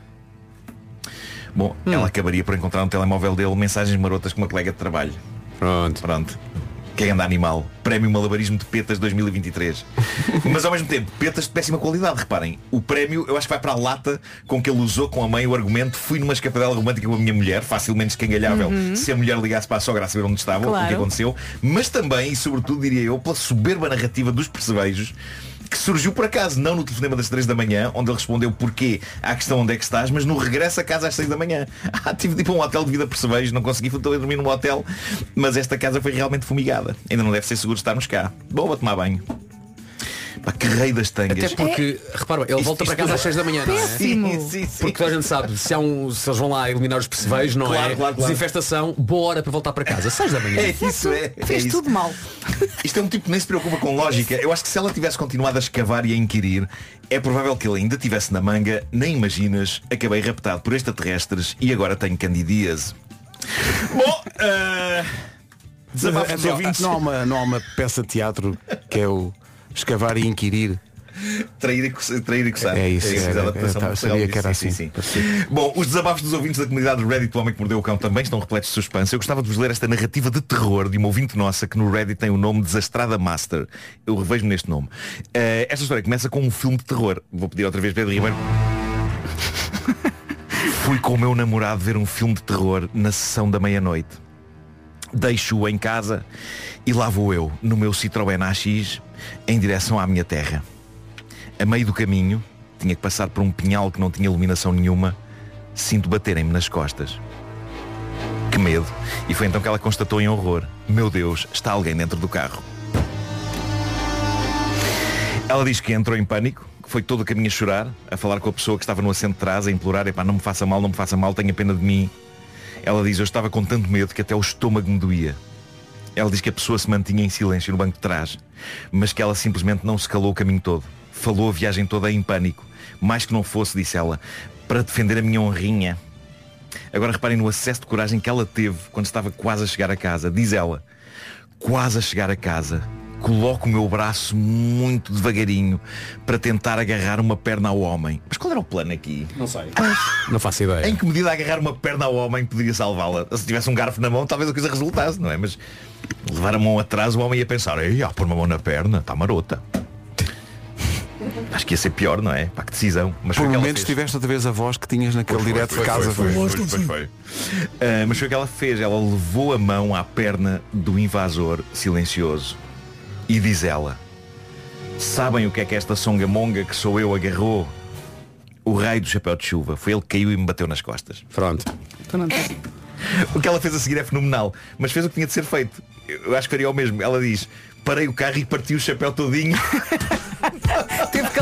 [SPEAKER 12] Bom, hum. ela acabaria por encontrar no telemóvel dele mensagens marotas com uma colega de trabalho. Pronto. Pronto. Que anda animal. Prémio Malabarismo de Petas dois mil e vinte e três. Mas ao mesmo tempo, petas de péssima qualidade. Reparem, o prémio eu acho que vai para a lata com que ele usou com a mãe o argumento: fui numa escapadela romântica com a minha mulher, facilmente escangalhável uhum. se a mulher ligasse para a sogra a saber onde estava, claro. O que aconteceu. Mas também, e sobretudo diria eu, pela soberba narrativa dos percevejos, que surgiu por acaso, não no telefonema das três da manhã, onde ele respondeu porquê à questão onde é que estás, mas no regresso a casa às seis da manhã. Ah, tive de ir para um hotel de vida percebejos, não consegui, estou a dormir num hotel, mas esta casa foi realmente fumigada. Ainda não deve ser seguro estarmos cá. Bom, vou tomar banho. Pá, que rei das tangas.
[SPEAKER 7] Até porque, é... repara, ele
[SPEAKER 12] isto,
[SPEAKER 7] volta
[SPEAKER 12] isto
[SPEAKER 7] para casa às seis da manhã, não é?
[SPEAKER 12] Sim, sim, sim.
[SPEAKER 7] Porque toda a gente sabe, se, há um, se eles vão lá eliminar os percevejos, não
[SPEAKER 12] claro,
[SPEAKER 7] é?
[SPEAKER 12] Claro, claro.
[SPEAKER 7] Desinfestação, boa hora para voltar para casa. seis da manhã.
[SPEAKER 12] É isso, é.
[SPEAKER 3] Fez
[SPEAKER 12] é isso.
[SPEAKER 3] tudo mal.
[SPEAKER 12] Isto é um tipo que nem se preocupa com lógica. Eu acho que se ela tivesse continuado a escavar e a inquirir, é provável que ele ainda tivesse na manga. Nem imaginas, acabei raptado por extraterrestres e agora tenho candidíase. Bom, uh... desabafos dos ouvintes.
[SPEAKER 1] Não há, uma, não há uma peça de teatro que é o escavar e inquirir.
[SPEAKER 12] Trair e, trair e coçar.
[SPEAKER 1] É isso, é,
[SPEAKER 12] é,
[SPEAKER 1] é, é, sabia que era
[SPEAKER 12] sim,
[SPEAKER 1] assim.
[SPEAKER 12] Sim, sim. Bom, os desabafos dos ouvintes da comunidade Reddit do Homem que Mordeu o Cão também estão repletos de suspense. Eu gostava de vos ler esta narrativa de terror de uma ouvinte nossa que no Reddit tem o nome Desastrada Master. Eu revejo-me neste nome. Uh, esta história começa com um filme de terror. Vou pedir outra vez Pedro Ribeiro. Fui com o meu namorado ver um filme de terror na sessão da meia-noite. Deixo-o em casa e lá vou eu, no meu Citroën A X, em direção à minha terra. A meio do caminho, tinha que passar por um pinhal que não tinha iluminação nenhuma, sinto baterem-me nas costas. Que medo. E foi então que ela constatou em horror: meu Deus, está alguém dentro do carro. Ela diz que entrou em pânico, que foi todo o caminho a chorar, a falar com a pessoa que estava no assento de trás, a implorar: epá, não me faça mal, não me faça mal, tenha pena de mim. Ela diz: eu estava com tanto medo que até o estômago me doía. Ela diz que a pessoa se mantinha em silêncio no banco de trás, mas que ela simplesmente não se calou o caminho todo. Falou a viagem toda em pânico. Mais que não fosse, disse ela, para defender a minha honrinha. Agora reparem no acesso de coragem que ela teve quando estava quase a chegar a casa. Diz ela: quase a chegar a casa, coloco o meu braço muito devagarinho para tentar agarrar uma perna ao homem. Mas qual era o plano aqui?
[SPEAKER 7] Não sei. Não faço ideia.
[SPEAKER 12] Em que medida agarrar uma perna ao homem poderia salvá-la? Se tivesse um garfo na mão, talvez a coisa resultasse, não é? Mas levar a mão atrás, o homem ia pensar: ei, ah, pôr uma mão na perna, está marota. Acho que ia ser pior, não é? Pá, que decisão. Mas
[SPEAKER 1] por momentos tiveste outra vez a voz que tinhas naquele
[SPEAKER 12] foi,
[SPEAKER 1] direto
[SPEAKER 12] foi,
[SPEAKER 1] de casa.
[SPEAKER 12] Foi, foi, foi, foi, foi. Uh, mas foi o que ela fez. Ela levou a mão à perna do invasor silencioso. E diz ela: sabem o que é que esta songamonga que sou eu agarrou? O raio do chapéu de chuva. Foi ele que caiu e me bateu nas costas.
[SPEAKER 7] Pronto.
[SPEAKER 12] O que ela fez a seguir é fenomenal, mas fez o que tinha de ser feito. Eu acho que faria o mesmo. Ela diz: parei o carro e parti o chapéu todinho.
[SPEAKER 3] Teve que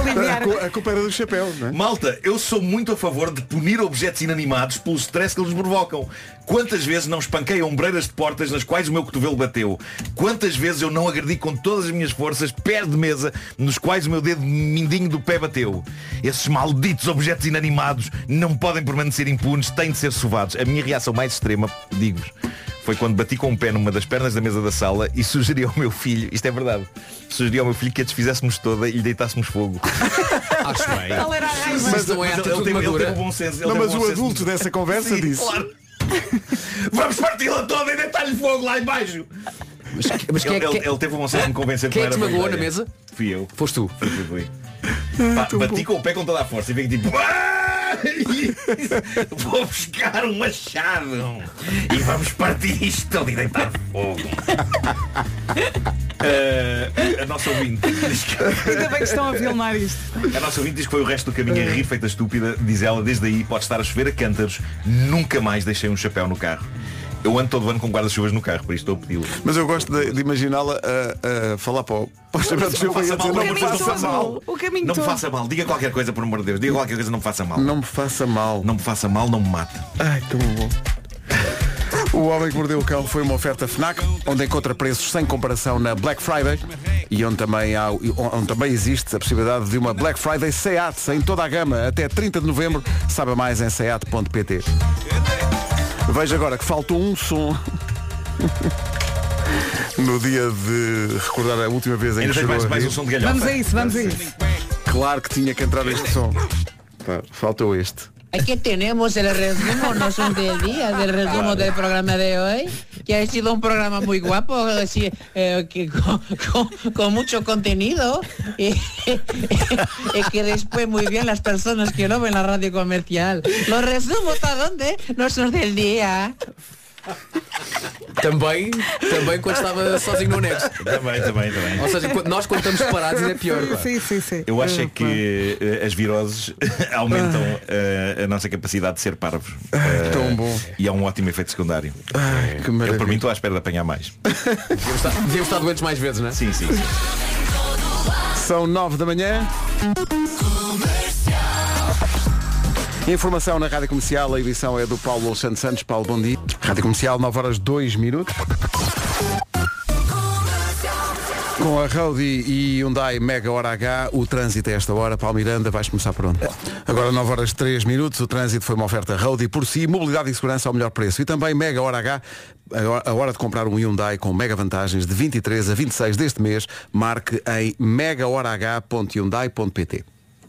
[SPEAKER 3] aliviar.
[SPEAKER 1] A culpa era do chapéu, não é?
[SPEAKER 12] Malta, eu sou muito a favor de punir objetos inanimados pelo stress que eles provocam. Quantas vezes não espanquei ombreiras de portas nas quais o meu cotovelo bateu? Quantas vezes eu não agredi com todas as minhas forças pés de mesa nos quais o meu dedo mindinho do pé bateu? Esses malditos objetos inanimados não podem permanecer impunes, têm de ser sovados. A minha reação mais extrema, digo-vos, foi quando bati com um pé numa das pernas da mesa da sala e sugeri ao meu filho, isto é verdade, sugeri ao meu filho que a desfizéssemos toda e lhe deitássemos fogo.
[SPEAKER 7] Acho bem.
[SPEAKER 1] Mas,
[SPEAKER 12] Mas não é
[SPEAKER 1] mas
[SPEAKER 12] ele, ele, teve, ele teve bom senso. Ele
[SPEAKER 1] Não,
[SPEAKER 12] teve
[SPEAKER 1] mas
[SPEAKER 12] bom
[SPEAKER 1] o
[SPEAKER 12] senso.
[SPEAKER 1] adulto dessa conversa
[SPEAKER 12] Sim,
[SPEAKER 1] disse.
[SPEAKER 12] Claro. Vamos parti-la toda e deitar-lhe fogo lá embaixo.
[SPEAKER 7] Mas, mas quem é
[SPEAKER 12] ele,
[SPEAKER 7] que-
[SPEAKER 12] ele, ele teve o bom senso de me convencer
[SPEAKER 7] Quem
[SPEAKER 12] que
[SPEAKER 7] é
[SPEAKER 12] não
[SPEAKER 7] que
[SPEAKER 12] era
[SPEAKER 7] te
[SPEAKER 12] boa
[SPEAKER 7] magoou na
[SPEAKER 12] ideia.
[SPEAKER 7] mesa?
[SPEAKER 12] Fui eu.
[SPEAKER 7] Foste tu.
[SPEAKER 12] Fui, fui, fui. Pá, bati com o pé com toda a força e veio tipo "Ah!" Vou buscar um machado e vamos partir isto ali e deitar fogo. Uh, a nossa ouvinte diz que...
[SPEAKER 3] Ainda bem que estão a filmar isto.
[SPEAKER 12] A nossa ouvinte diz que foi o resto do caminho a rir feita estúpida. Diz ela, desde aí pode estar a chover a cântaros. Nunca mais deixei um chapéu no carro. Eu ando todo ano com guarda-chuvas no carro, por isso estou a pedi-lo.
[SPEAKER 1] Mas eu gosto de, de imaginá-la a, a falar para o, para o chapéu de chuva e a dizer, não me faça mal.
[SPEAKER 3] O caminho
[SPEAKER 12] Não me
[SPEAKER 3] todo.
[SPEAKER 12] faça mal, diga qualquer coisa, por amor de Deus. Diga qualquer coisa, não me faça mal.
[SPEAKER 1] Não me faça mal.
[SPEAKER 12] Não me faça mal, não me mate.
[SPEAKER 1] Ai, tão bom. O Homem que Mordeu o Cão foi uma oferta FNAC, onde encontra preços sem comparação na Black Friday e onde também, há, onde também existe a possibilidade de uma Black Friday SEAT em toda a gama até trinta de novembro. Saiba mais em seat ponto pt. Veja agora que faltou um som no dia de recordar a última vez em
[SPEAKER 12] Ainda
[SPEAKER 1] que
[SPEAKER 12] tem
[SPEAKER 1] chegou
[SPEAKER 12] mais,
[SPEAKER 1] a
[SPEAKER 12] mais
[SPEAKER 1] rir.
[SPEAKER 12] um som de galhofa.
[SPEAKER 3] Vamos a isso, vamos a isso.
[SPEAKER 1] Claro que tinha que entrar este som. Pá, faltou este.
[SPEAKER 18] Aquí tenemos el resumo, no son del día, del resumo del programa de hoy, que ha sido un programa muy guapo, así, eh, que con, con- con mucho contenido, y, y que después muy bien las personas que no ven la radio comercial. Los resumos, ¿a dónde? No son del día.
[SPEAKER 7] Também, também quando estava sozinho no anexo.
[SPEAKER 12] Também, também, também.
[SPEAKER 7] Ou seja, quando- nós quando estamos separados é pior. pá.
[SPEAKER 3] Sim, sim, sim.
[SPEAKER 12] Eu acho é que eh, as viroses aumentam eh, a nossa capacidade de ser parvos. Eh,
[SPEAKER 1] tão bom.
[SPEAKER 12] E há um ótimo efeito secundário.
[SPEAKER 1] Ai, que
[SPEAKER 12] Eu
[SPEAKER 1] maravilha.
[SPEAKER 12] por mim estou à espera de apanhar mais.
[SPEAKER 7] Devíamos estar, devíamos estar doentes mais vezes, não é?
[SPEAKER 12] Sim, sim, sim.
[SPEAKER 1] São nove da manhã. Informação na Rádio Comercial, a edição é do Paulo Santos Santos. Paulo, bom dia. Rádio Comercial, nove horas dois minutos. Com a Audi e Hyundai Mega Hora H, o trânsito a esta hora. Paulo Miranda, vais começar por onde? Agora nove horas três minutos, o trânsito foi uma oferta Audi por si, mobilidade e segurança ao melhor preço. E também Mega Hora H, a hora de comprar um Hyundai com mega vantagens de vinte e três a vinte e seis deste mês, marque em mega hora h ponto hyundai ponto pt.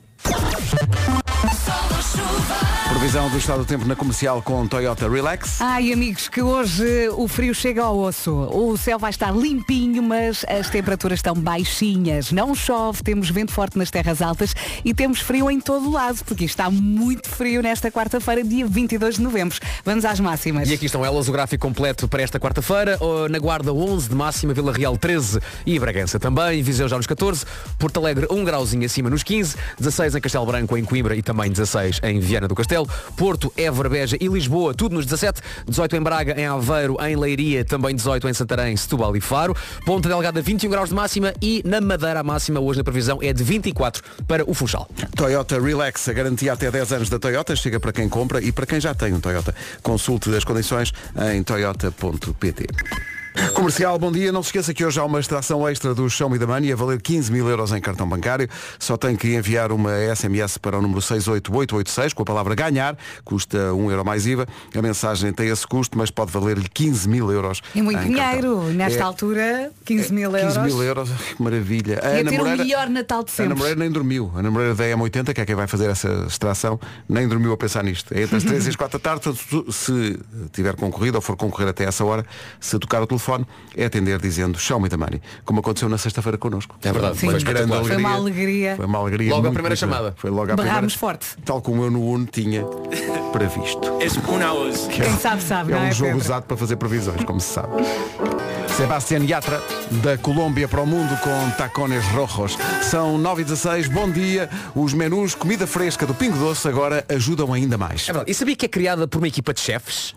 [SPEAKER 1] Previsão do estado do tempo na Comercial com Toyota Relax.
[SPEAKER 3] Ai, amigos, que hoje o frio chega ao osso. O céu vai estar limpinho, mas as temperaturas estão baixinhas. Não chove, temos vento forte nas terras altas e temos frio em todo o lado, porque está muito frio nesta quarta-feira, dia vinte e dois de novembro. Vamos às máximas.
[SPEAKER 7] E aqui estão elas, o gráfico completo para esta quarta-feira. Oh, Na Guarda onze de máxima, Vila Real treze e Bragança também, Viseu já nos catorze, Porto Alegre um grauzinho acima nos quinze, dezasseis em Castelo Branco, em Coimbra e também dezasseis em Viana do Castelo, Porto, Évora, Beja e Lisboa, tudo nos dezassete, dezoito em Braga, em Aveiro, em Leiria, também dezoito em Santarém, Setúbal e Faro, Ponta Delgada vinte e um graus de máxima e na Madeira a máxima hoje na previsão é de vinte e quatro para o Funchal.
[SPEAKER 1] Toyota Relax, a garantia até dez anos da Toyota, chega para quem compra e para quem já tem um Toyota. Consulte as condições em toyota ponto pt. Comercial, bom dia. Não se esqueça que hoje há uma extração extra do Show Me the Money a valer quinze mil euros em cartão bancário. Só tem que enviar uma S M S para o número seis oito oito oito seis com a palavra ganhar. Custa um euro mais I V A. A mensagem tem esse custo, mas pode valer-lhe quinze mil euros.
[SPEAKER 3] E muito
[SPEAKER 1] em
[SPEAKER 3] dinheiro.
[SPEAKER 1] cartão.
[SPEAKER 3] Nesta
[SPEAKER 1] É
[SPEAKER 3] altura, quinze mil euros.
[SPEAKER 1] quinze mil euros, que maravilha. A
[SPEAKER 3] Ia
[SPEAKER 1] Ana
[SPEAKER 3] ter
[SPEAKER 1] Moreira-
[SPEAKER 3] o melhor Natal de
[SPEAKER 1] A Ana
[SPEAKER 3] sempre.
[SPEAKER 1] Moreira nem dormiu. A Ana Moreira da M oitenta, que é quem vai fazer essa extração, nem dormiu a pensar nisto. É entre as três e as quatro da tarde, portanto, se tiver concorrido ou for concorrer até essa hora, se tocar o telefone, é atender dizendo Show Me the Money, como aconteceu na sexta-feira connosco.
[SPEAKER 7] É verdade,
[SPEAKER 1] Foi
[SPEAKER 7] foi
[SPEAKER 1] uma grande
[SPEAKER 7] espetacular.
[SPEAKER 1] alegria.
[SPEAKER 3] Foi uma alegria.
[SPEAKER 1] Foi uma alegria.
[SPEAKER 7] Logo a
[SPEAKER 1] muito,
[SPEAKER 7] primeira
[SPEAKER 1] muito
[SPEAKER 7] chamada.
[SPEAKER 1] grande. Foi logo a
[SPEAKER 3] Berrámos
[SPEAKER 1] primeira.
[SPEAKER 3] forte.
[SPEAKER 1] Tal como eu no Uno tinha previsto. Que é-
[SPEAKER 3] Quem sabe, sabe,
[SPEAKER 1] É
[SPEAKER 3] não
[SPEAKER 1] um
[SPEAKER 3] é,
[SPEAKER 1] jogo
[SPEAKER 3] Pedro?
[SPEAKER 1] usado para fazer previsões, como se sabe. Sebastián Yatra, da Colômbia para o mundo com tacones rojos. São nove e dezasseis, bom dia. Os menus comida fresca do Pingo Doce agora ajudam ainda mais.
[SPEAKER 7] É verdade. E sabia que é criada por uma equipa de chefes?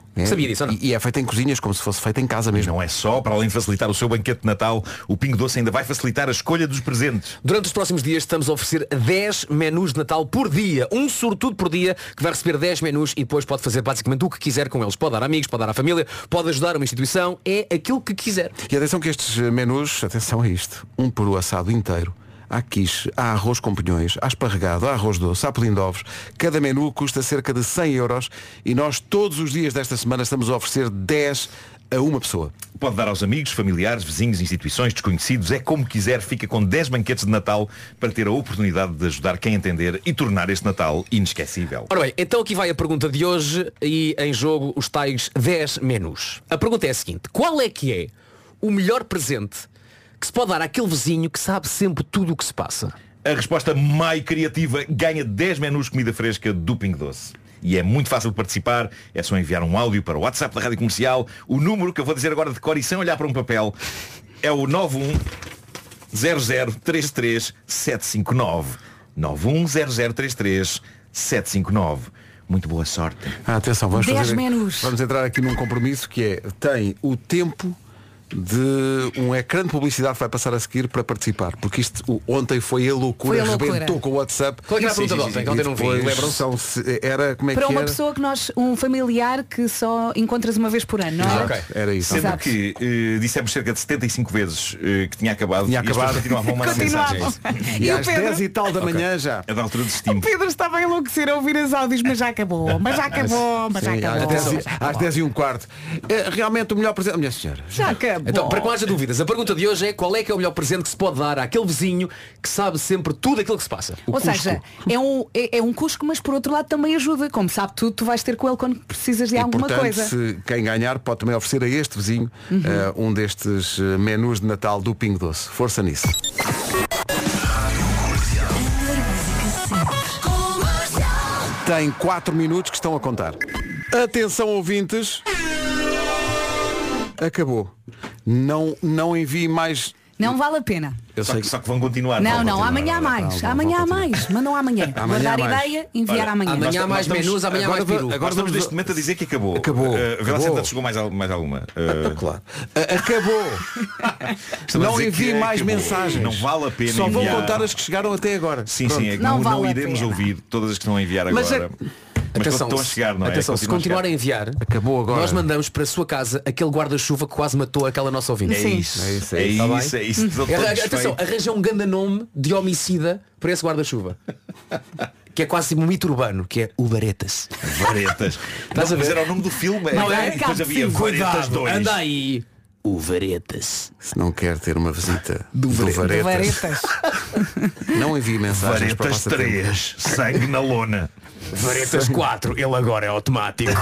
[SPEAKER 1] É,
[SPEAKER 7] Sabia disso, ou não?
[SPEAKER 1] E, e é feita em cozinhas, como se fosse feita em casa mesmo.
[SPEAKER 12] Não é só, para além de facilitar o seu banquete de Natal, o Pingo Doce ainda vai facilitar a escolha dos presentes.
[SPEAKER 7] Durante os próximos dias estamos a oferecer dez menus de Natal por dia. Um sortudo por dia que vai receber dez menus e depois pode fazer basicamente o que quiser com eles. Pode dar a amigos, pode dar à família, pode ajudar uma instituição. É aquilo que quiser.
[SPEAKER 1] E atenção que estes menus, atenção a isto, um peru assado inteiro. Há quiche, há arroz com pinhões, há esparregado, há arroz doce, há pudim de ovos. Cada menu custa cerca de cem euros e nós todos os dias desta semana estamos a oferecer dez a uma pessoa.
[SPEAKER 12] Pode dar aos amigos, familiares, vizinhos, instituições, desconhecidos, é como quiser, fica com dez banquetes de Natal para ter a oportunidade de ajudar quem entender e tornar este Natal inesquecível.
[SPEAKER 7] Ora bem, então aqui vai a pergunta de hoje e em jogo os tais dez menus. A pergunta é a seguinte: qual é que é o melhor presente que se pode dar àquele vizinho que sabe sempre tudo o que se passa?
[SPEAKER 12] A resposta mais criativa ganha dez menus de comida fresca do Pingo Doce. E é muito fácil de participar, é só enviar um áudio para o WhatsApp da Rádio Comercial. O número que eu vou dizer agora de cor e sem olhar para um papel é o nove um zero zero três três sete cinco nove. nove um zero zero três três sete cinco nove. Muito boa sorte.
[SPEAKER 1] Ah, atenção, vamos
[SPEAKER 3] dez
[SPEAKER 1] fazer,
[SPEAKER 3] menus.
[SPEAKER 1] vamos entrar aqui num compromisso que é, tem o tempo de um ecrã de publicidade que vai passar a seguir para participar, porque isto o, ontem foi a loucura,
[SPEAKER 3] Foi a loucura.
[SPEAKER 1] rebentou com o WhatsApp.
[SPEAKER 7] Qual é que era a pergunta de ontem, que ontem não vi? Lembram-se?
[SPEAKER 1] São, era, como é
[SPEAKER 3] Para
[SPEAKER 1] que
[SPEAKER 3] uma
[SPEAKER 1] era?
[SPEAKER 3] pessoa que nós, um familiar que só encontras uma vez por ano, não é?
[SPEAKER 7] Ok.
[SPEAKER 1] Era isso.
[SPEAKER 12] Sendo
[SPEAKER 3] Exato.
[SPEAKER 12] que eh, dissemos cerca de setenta e cinco vezes eh, que tinha acabado,
[SPEAKER 1] Tinha
[SPEAKER 12] e as pessoas
[SPEAKER 1] acabado.
[SPEAKER 12] continuavam a mandar mensagens.
[SPEAKER 1] E,
[SPEAKER 3] E o
[SPEAKER 1] às
[SPEAKER 3] Pedro?
[SPEAKER 1] dez e tal da manhã já.
[SPEAKER 12] A da altura desistimos.
[SPEAKER 3] Pedro estava a enlouquecer a ouvir as áudios, mas já acabou, mas já acabou, mas já
[SPEAKER 1] Sim, às
[SPEAKER 3] acabou.
[SPEAKER 1] dez e- às dez e um quarto. É, realmente o melhor presente. Minha senhora.
[SPEAKER 3] Já acabou.
[SPEAKER 7] Então, para que não haja dúvidas, a pergunta de hoje é: qual é que é o melhor presente que se pode dar àquele vizinho que sabe sempre tudo aquilo que se passa?
[SPEAKER 3] Ou seja, é um, é, é um cusco, mas por outro lado também ajuda. Como sabe tudo, tu vais ter com ele quando precisas de
[SPEAKER 1] E,
[SPEAKER 3] alguma
[SPEAKER 1] portanto,
[SPEAKER 3] coisa.
[SPEAKER 1] se quem ganhar pode também oferecer a este vizinho eh, um destes eh, menus de Natal do Pingo Doce. Força nisso. Tem quatro minutos que estão a contar. Atenção, ouvintes. Acabou. Não, não envie mais.
[SPEAKER 3] Não vale a pena.
[SPEAKER 1] Eu
[SPEAKER 12] Só
[SPEAKER 1] sei
[SPEAKER 12] que,
[SPEAKER 1] que
[SPEAKER 12] só que vão continuar.
[SPEAKER 3] Não,
[SPEAKER 12] vão
[SPEAKER 3] não,
[SPEAKER 12] continuar.
[SPEAKER 3] amanhã há mais.
[SPEAKER 1] Não, vão-
[SPEAKER 3] amanhã
[SPEAKER 1] vão
[SPEAKER 3] há mais. Mandam amanhã.
[SPEAKER 1] Amanhã há
[SPEAKER 3] Guardar
[SPEAKER 1] mais.
[SPEAKER 3] ideia, enviar
[SPEAKER 12] Olha,
[SPEAKER 3] amanhã.
[SPEAKER 7] amanhã há mais
[SPEAKER 12] nós
[SPEAKER 7] menus, amanhã há
[SPEAKER 1] agora
[SPEAKER 7] mais
[SPEAKER 1] va-
[SPEAKER 7] peru.
[SPEAKER 1] agora
[SPEAKER 12] Agora estamos
[SPEAKER 1] vamos-
[SPEAKER 12] neste momento a dizer que acabou.
[SPEAKER 1] Acabou.
[SPEAKER 12] Uh, Vê lá se
[SPEAKER 1] Acabou.
[SPEAKER 12] ainda chegou mais, al- mais alguma. Uh,
[SPEAKER 1] Claro. A- Acabou.
[SPEAKER 12] estamos a
[SPEAKER 1] Não
[SPEAKER 12] dizer
[SPEAKER 1] envie
[SPEAKER 12] que
[SPEAKER 1] mais
[SPEAKER 12] acabou.
[SPEAKER 1] mensagens.
[SPEAKER 12] Não vale a pena
[SPEAKER 1] Só vão
[SPEAKER 12] enviar.
[SPEAKER 1] contar as que chegaram até agora.
[SPEAKER 12] Sim,
[SPEAKER 1] Pronto.
[SPEAKER 12] sim, é que
[SPEAKER 3] Não
[SPEAKER 12] não,
[SPEAKER 3] vale
[SPEAKER 12] não
[SPEAKER 3] a
[SPEAKER 12] iremos
[SPEAKER 3] pena.
[SPEAKER 12] ouvir todas as que estão a enviar agora.
[SPEAKER 1] Mas é-
[SPEAKER 12] Mas
[SPEAKER 7] Atenção,
[SPEAKER 12] estão a chegar, não é?
[SPEAKER 7] atenção, se
[SPEAKER 12] Continuam a
[SPEAKER 7] continuar a
[SPEAKER 12] chegar.
[SPEAKER 7] enviar,
[SPEAKER 1] Acabou agora.
[SPEAKER 7] nós mandamos para a sua casa aquele guarda-chuva que quase matou aquela nossa ouvinte.
[SPEAKER 12] É
[SPEAKER 3] Sim.
[SPEAKER 12] isso,
[SPEAKER 1] É isso,
[SPEAKER 12] é
[SPEAKER 1] é
[SPEAKER 12] isso,
[SPEAKER 1] isso.
[SPEAKER 12] é isso. Estou todo
[SPEAKER 7] Arra-
[SPEAKER 12] desfeito.
[SPEAKER 7] Atenção, arranja um grande nome de homicida para esse guarda-chuva. Que é quase um mito urbano, que é o Varetas.
[SPEAKER 12] Varetas.
[SPEAKER 7] Estás a
[SPEAKER 12] Mas
[SPEAKER 7] ver?
[SPEAKER 12] era o nome do filme.
[SPEAKER 7] Não
[SPEAKER 12] é?
[SPEAKER 7] é?
[SPEAKER 12] E depois havia Varetas dois.
[SPEAKER 7] Anda aí. O Varetas.
[SPEAKER 1] Se não quer ter uma visita do,
[SPEAKER 7] Vare-
[SPEAKER 1] Varetas,
[SPEAKER 3] Varetas.
[SPEAKER 1] não envie mensagens para o
[SPEAKER 12] Varetas
[SPEAKER 1] passatempo.
[SPEAKER 12] três. Sangue na lona.
[SPEAKER 7] Varetas quatro, ele agora é automático.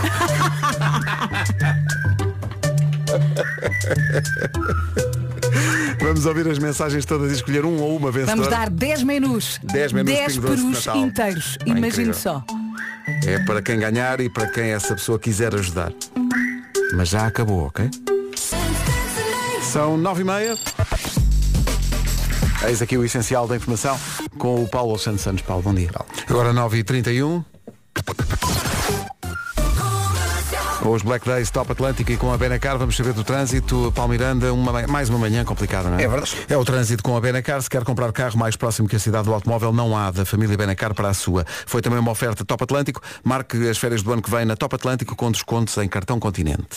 [SPEAKER 1] Vamos ouvir as mensagens todas e escolher um ou uma vencedora.
[SPEAKER 3] Vamos dar dez menus.
[SPEAKER 1] dez menus
[SPEAKER 3] dez
[SPEAKER 1] Pingo Doce de
[SPEAKER 3] perus
[SPEAKER 1] Natal.
[SPEAKER 3] inteiros.
[SPEAKER 1] Ah,
[SPEAKER 3] Imagine
[SPEAKER 1] incrível.
[SPEAKER 3] só.
[SPEAKER 1] É para quem ganhar e para quem essa pessoa quiser ajudar. Mas já acabou, ok? São nove e meia. Eis aqui o essencial da informação com o Paulo Santos Santos. Paulo, bom dia. Agora nove e trinta e um. Os Black Days Top Atlântico e com a Benacar vamos saber do trânsito. Paulo Miranda, uma, ma- mais uma manhã complicada, não é?
[SPEAKER 2] É verdade.
[SPEAKER 1] É o trânsito com a Benacar. Se quer comprar carro mais próximo que a cidade do automóvel, não há da família Benacar para a sua. Foi também uma oferta Top Atlântico. Marque as férias do ano que vem na Top Atlântico com descontos em cartão Continente.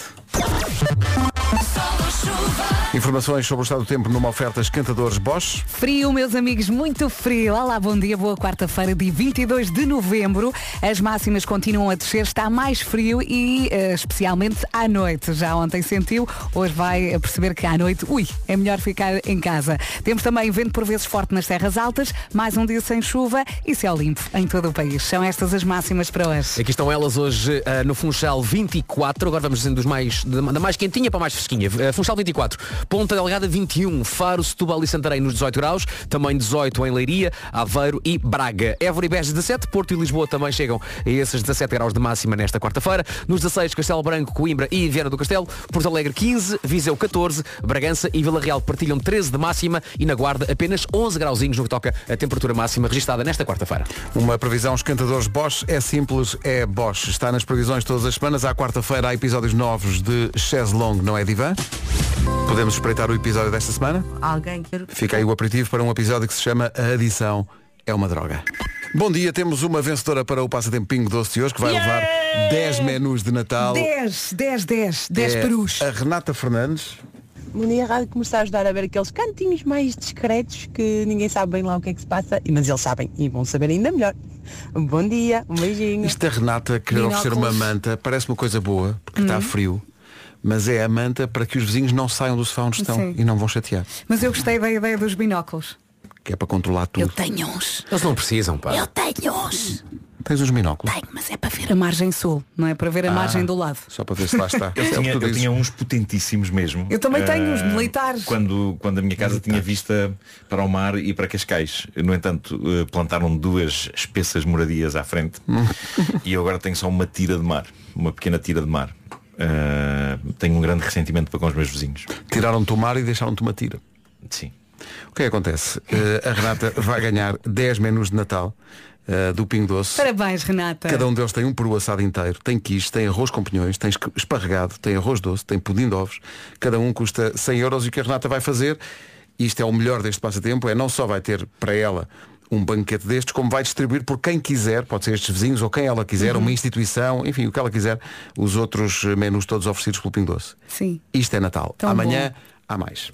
[SPEAKER 1] Informações sobre o estado do tempo numa oferta esquentadores Bosch.
[SPEAKER 3] Frio, meus amigos, muito frio. Olá, bom dia, boa quarta-feira, dia vinte e dois de novembro. As máximas continuam a descer, está mais frio e eh, especialmente à noite. Já ontem sentiu, hoje vai perceber que à noite, ui, é melhor ficar em casa. Temos também vento por vezes forte nas terras altas, mais um dia sem chuva e céu limpo em todo o país. São estas as máximas para hoje.
[SPEAKER 7] Aqui estão elas hoje uh, no Funchal vinte e quatro. Agora vamos dizendo dos mais, da da mais quentinha para a mais fresquinha. Uh, Funchal Funchal vinte e quatro, Ponta Delgada vinte e um, Faro, Setúbal e Santarém nos dezoito graus, também dezoito em Leiria, Aveiro e Braga. Évora e Beja dezassete, Porto e Lisboa também chegam a esses dezassete graus de máxima nesta quarta-feira. Nos dezasseis, Castelo Branco, Coimbra e Viana do Castelo, Porto Alegre quinze, Viseu catorze, Bragança e Vila Real partilham treze de máxima e na Guarda apenas onze grauzinhos no que toca a temperatura máxima registada nesta quarta-feira.
[SPEAKER 1] Uma previsão esquentadores Bosch é simples, é Bosch. Está nas previsões todas as semanas. À quarta-feira há episódios novos de Chaise Longue, não é divã? Podemos espreitar o episódio desta semana?
[SPEAKER 19] Alguém quer...
[SPEAKER 1] Fica aí o aperitivo para um episódio que se chama A Adição é uma Droga. Bom dia, temos uma vencedora para o Passatempo Pingo Doce de hoje que vai
[SPEAKER 3] Yeah!
[SPEAKER 1] levar dez menus de Natal.
[SPEAKER 3] dez, dez, dez, dez
[SPEAKER 1] É
[SPEAKER 3] perus.
[SPEAKER 1] a Renata Fernandes.
[SPEAKER 19] Bom dia, a rádio começar a ajudar a ver aqueles cantinhos mais discretos que ninguém sabe bem lá o que é que se passa, mas eles sabem e vão saber ainda melhor. Bom dia, um beijinho.
[SPEAKER 1] Isto da Renata querer oferecer uma manta parece uma coisa boa, porque está
[SPEAKER 3] Hum.
[SPEAKER 1] frio. Mas é a manta para que os vizinhos não saiam do sofá onde estão
[SPEAKER 3] Sim.
[SPEAKER 1] e não vão chatear.
[SPEAKER 3] Mas eu gostei da ideia dos binóculos.
[SPEAKER 1] Que é para controlar tudo.
[SPEAKER 3] Eu tenho uns.
[SPEAKER 7] Eles não precisam, pá.
[SPEAKER 3] Eu tenho uns.
[SPEAKER 1] Tens uns binóculos?
[SPEAKER 3] Tenho, mas é para ver a margem sul, não é para ver a
[SPEAKER 12] Ah.
[SPEAKER 3] margem do lado.
[SPEAKER 1] Só para ver se lá está.
[SPEAKER 12] Eu,
[SPEAKER 1] É o
[SPEAKER 12] tinha,
[SPEAKER 1] que tu
[SPEAKER 12] eu
[SPEAKER 1] dizes.
[SPEAKER 12] tinha uns potentíssimos mesmo.
[SPEAKER 3] Eu também tenho, os
[SPEAKER 12] Ah,
[SPEAKER 3] militares.
[SPEAKER 12] Quando, quando a minha casa tinha vista para o mar e para Cascais. No entanto, eh, plantaram duas espessas moradias à frente. E eu agora tenho só uma tira de mar. Uma pequena tira de mar. Ah, tenho um grande ressentimento para com os meus vizinhos.
[SPEAKER 1] Tiraram-te o mar e deixaram-te uma tira.
[SPEAKER 12] Sim.
[SPEAKER 1] O que é que acontece? Uh, a Renata vai ganhar dez menus de Natal uh, do Pingo Doce.
[SPEAKER 3] Parabéns, Renata.
[SPEAKER 1] Cada um deles tem um peru assado inteiro, tem quiche, tem arroz com pinhões, tem esque- esparregado, tem arroz doce, tem pudim de ovos. Cada um custa cem euros e o que a Renata vai fazer, e isto é o melhor deste passatempo, é não só vai ter para ela um banquete destes, como vai distribuir por quem quiser, pode ser estes vizinhos ou quem ela quiser,
[SPEAKER 3] Uhum.
[SPEAKER 1] uma instituição, enfim, o que ela quiser, os outros menus todos oferecidos pelo Pingo Doce.
[SPEAKER 3] Sim.
[SPEAKER 1] Isto é Natal.
[SPEAKER 3] Tão
[SPEAKER 1] Amanhã
[SPEAKER 3] bom.
[SPEAKER 1] há mais.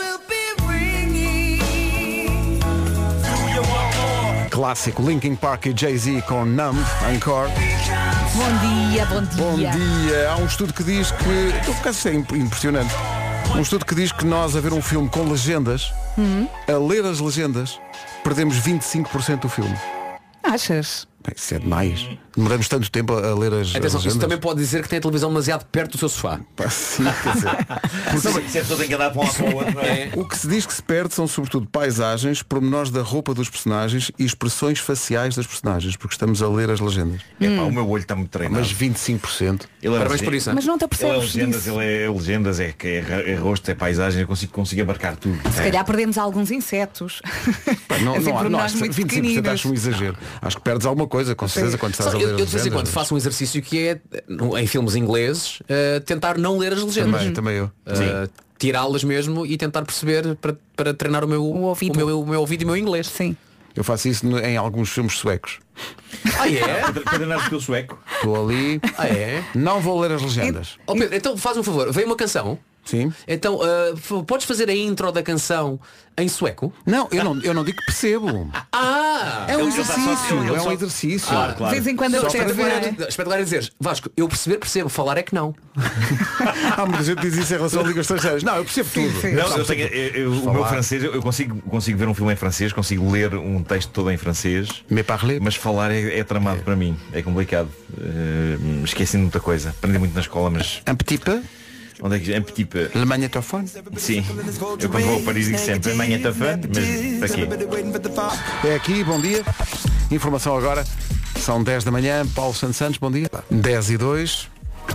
[SPEAKER 1] Clássico Linkin Park e Jay-Z com Numb, Encore.
[SPEAKER 3] Bom dia, bom dia.
[SPEAKER 1] Bom dia. Há um estudo que diz que... Eu, por acaso, isto é imp- impressionante. Um estudo que diz que nós, a ver um filme com legendas,
[SPEAKER 3] Hum.
[SPEAKER 1] a ler as legendas, perdemos vinte e cinco por cento do filme.
[SPEAKER 3] Achas?
[SPEAKER 1] Bem, isso é demais. Demoramos tanto tempo a, a ler as, as
[SPEAKER 7] Atenção,
[SPEAKER 1] legendas.
[SPEAKER 7] isso também pode dizer que tem a televisão demasiado perto do seu sofá.
[SPEAKER 1] Sim, quer dizer,
[SPEAKER 12] Porque se a pessoa tem que andar para um lado para o outro, não é?
[SPEAKER 1] O que se diz que se perde são sobretudo paisagens, pormenores da roupa dos personagens e expressões faciais das personagens, porque estamos a ler as legendas.
[SPEAKER 12] É pá, o meu olho está muito treinado.
[SPEAKER 1] Mas vinte e cinco por cento.
[SPEAKER 12] Ele é
[SPEAKER 1] Parabéns
[SPEAKER 12] lege-
[SPEAKER 1] por isso, hein?
[SPEAKER 3] Mas não te
[SPEAKER 12] Ele é
[SPEAKER 3] apercebes
[SPEAKER 12] legendas,
[SPEAKER 3] disso.
[SPEAKER 12] ele é legendas, é, que é, ra- é rosto, é paisagem, eu consigo, consigo abarcar tudo.
[SPEAKER 3] Se
[SPEAKER 12] É.
[SPEAKER 3] calhar perdemos alguns insetos.
[SPEAKER 1] Pá, não,
[SPEAKER 3] Assim,
[SPEAKER 1] não, há-
[SPEAKER 3] por
[SPEAKER 1] não,
[SPEAKER 3] nós
[SPEAKER 1] acho-
[SPEAKER 3] muito
[SPEAKER 1] vinte e cinco por cento
[SPEAKER 3] pequeninos.
[SPEAKER 1] acho um exagero. Acho que perdes alguma coisa, com certeza, quando estás
[SPEAKER 7] Só
[SPEAKER 1] a
[SPEAKER 7] eu,
[SPEAKER 1] ler
[SPEAKER 7] eu
[SPEAKER 1] as
[SPEAKER 7] de vez em quando
[SPEAKER 1] legendas.
[SPEAKER 7] faço um exercício que é, no- em filmes ingleses, eh, tentar não ler as legendas.
[SPEAKER 1] Também, também eu.
[SPEAKER 7] Eh, tirá-las mesmo e tentar perceber para, para treinar o meu, o,
[SPEAKER 3] ouvido.
[SPEAKER 7] meu, o meu ouvido e o meu inglês.
[SPEAKER 3] Sim.
[SPEAKER 1] Eu faço isso no- em alguns filmes suecos.
[SPEAKER 7] Ah, é?
[SPEAKER 12] Para treinar o teu sueco.
[SPEAKER 1] Estou ali.
[SPEAKER 7] Ah, é?
[SPEAKER 1] Não vou ler as legendas.
[SPEAKER 7] Oh, Pedro, então faz um favor, vem uma canção.
[SPEAKER 1] Sim.
[SPEAKER 7] Então, eh, f- podes fazer a intro da canção em sueco?
[SPEAKER 1] Não, eu não, eu não digo que percebo.
[SPEAKER 7] Ah!
[SPEAKER 1] É um
[SPEAKER 12] Ele só-
[SPEAKER 1] exercício,
[SPEAKER 12] ele
[SPEAKER 1] é um
[SPEAKER 12] só-
[SPEAKER 1] exercício.
[SPEAKER 12] Claro, claro.
[SPEAKER 3] De vez em quando
[SPEAKER 7] Só
[SPEAKER 3] apetece
[SPEAKER 7] espero
[SPEAKER 3] ver.
[SPEAKER 7] agora, espero agora dizer, Vasco, eu perceber, percebo, falar é que não.
[SPEAKER 1] Há muita gente que diz isso em relação a línguas estrangeiras. Não, eu percebo tudo.
[SPEAKER 3] sim.
[SPEAKER 12] Não, eu tenho, eu- eu- o meu francês, eu consigo, consigo ver um filme em francês, consigo ler um texto todo em francês,
[SPEAKER 1] Me parler.
[SPEAKER 12] mas falar é, é tramado para mim, é complicado. Uh, esqueci de muita coisa. Aprendi muito na escola, mas
[SPEAKER 1] Un petit peu.
[SPEAKER 12] onde é que um petit peu?
[SPEAKER 1] Le magnétophone.
[SPEAKER 12] Sim. Eu quando vou a Paris digo sempre amanhã está fã, mas para quê?
[SPEAKER 1] É aqui, bom dia. Informação agora. São dez da manhã. Paulo Santos Santos, bom dia. dez e dois.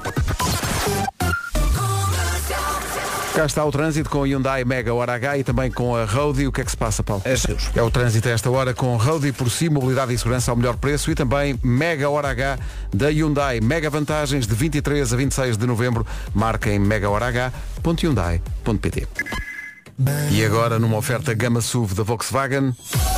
[SPEAKER 1] Cá está o trânsito com o Hyundai Mega Hora H e também com a Roadie. O que é que se passa, Paulo? É o trânsito a esta hora com Roadie por si, mobilidade e segurança ao melhor preço e também Mega Hora H da Hyundai. Mega vantagens de vinte e três a vinte e seis de novembro. Marca em mega hora h ponto hyundai ponto p t. E agora numa oferta gama S U V da Volkswagen.